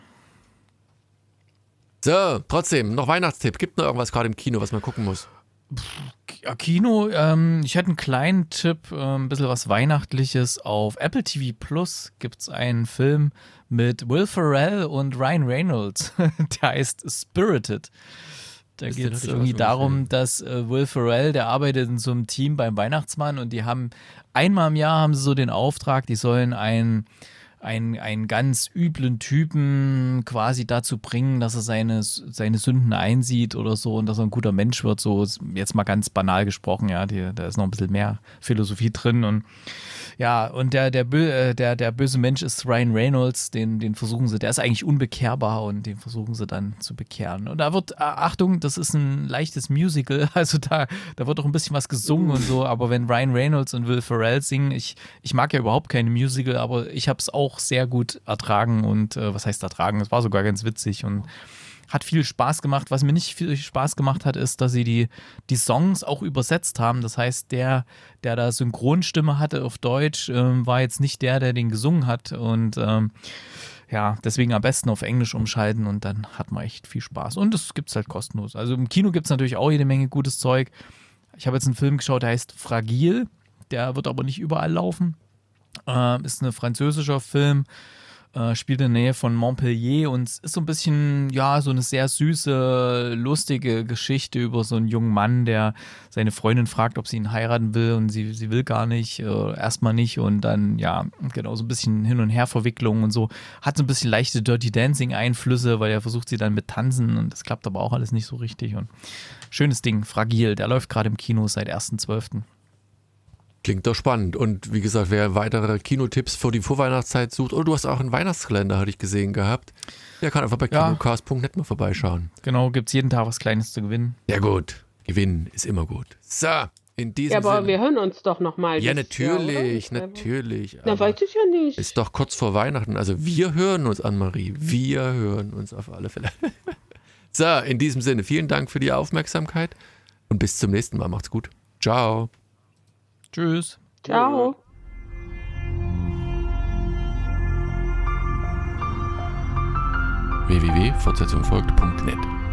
So, trotzdem, noch Weihnachtstipp. Gibt noch irgendwas gerade im Kino, was man gucken muss? Kino, ich hätte einen kleinen Tipp, ein bisschen was Weihnachtliches. Auf Apple TV Plus gibt es einen Film mit Will Ferrell und Ryan Reynolds. Der heißt Spirited. Da geht es irgendwie darum, dass Will Ferrell, der arbeitet in so einem Team beim Weihnachtsmann und die haben einmal im Jahr haben sie so den Auftrag, die sollen einen ganz üblen Typen quasi dazu bringen, dass er seine Sünden einsieht oder so und dass er ein guter Mensch wird, so jetzt mal ganz banal gesprochen, ja, da ist noch ein bisschen mehr Philosophie drin und ja, und der böse Mensch ist Ryan Reynolds, den versuchen sie, der ist eigentlich unbekehrbar und den versuchen sie dann zu bekehren. Und da wird, Achtung, das ist ein leichtes Musical, also da wird auch ein bisschen was gesungen und so, aber wenn Ryan Reynolds und Will Ferrell singen, ich mag ja überhaupt keine Musical, aber ich habe es auch sehr gut ertragen und was heißt ertragen, es war sogar ganz witzig und hat viel Spaß gemacht. Was mir nicht viel Spaß gemacht hat, ist, dass sie die Songs auch übersetzt haben. Das heißt, der da Synchronstimme hatte auf Deutsch, war jetzt nicht der den gesungen hat. Und ja, deswegen am besten auf Englisch umschalten und dann hat man echt viel Spaß. Und das gibt es halt kostenlos. Also im Kino gibt es natürlich auch jede Menge gutes Zeug. Ich habe jetzt einen Film geschaut, der heißt Fragil. Der wird aber nicht überall laufen. Ist ein französischer Film. Spielt in der Nähe von Montpellier und es ist so ein bisschen, ja, so eine sehr süße, lustige Geschichte über so einen jungen Mann, der seine Freundin fragt, ob sie ihn heiraten will und sie will gar nicht, erstmal nicht und dann, ja, genau, so ein bisschen Hin- und Her-Verwicklung und so. Hat so ein bisschen leichte Dirty Dancing-Einflüsse, weil er versucht sie dann mit Tanzen und das klappt aber auch alles nicht so richtig und schönes Ding, Fragil, der läuft gerade im Kino seit 1.12. Klingt doch spannend. Und wie gesagt, wer weitere Kinotipps für die Vorweihnachtszeit sucht, oder du hast auch einen Weihnachtskalender, hatte ich gesehen gehabt, der kann einfach bei kinocast.net mal vorbeischauen. Genau, gibt es jeden Tag was Kleines zu gewinnen. Ja gut, gewinnen ist immer gut. So, in diesem Sinne. Ja, aber wir hören uns doch nochmal. Ja, natürlich, natürlich. Na, weiß ich ja nicht. Ist doch kurz vor Weihnachten. Also wir hören uns, Annemarie. Wir hören uns auf alle Fälle. So, in diesem Sinne, vielen Dank für die Aufmerksamkeit und bis zum nächsten Mal. Macht's gut. Ciao. Tschüss. Ciao. www.fortsetzungfolgt.net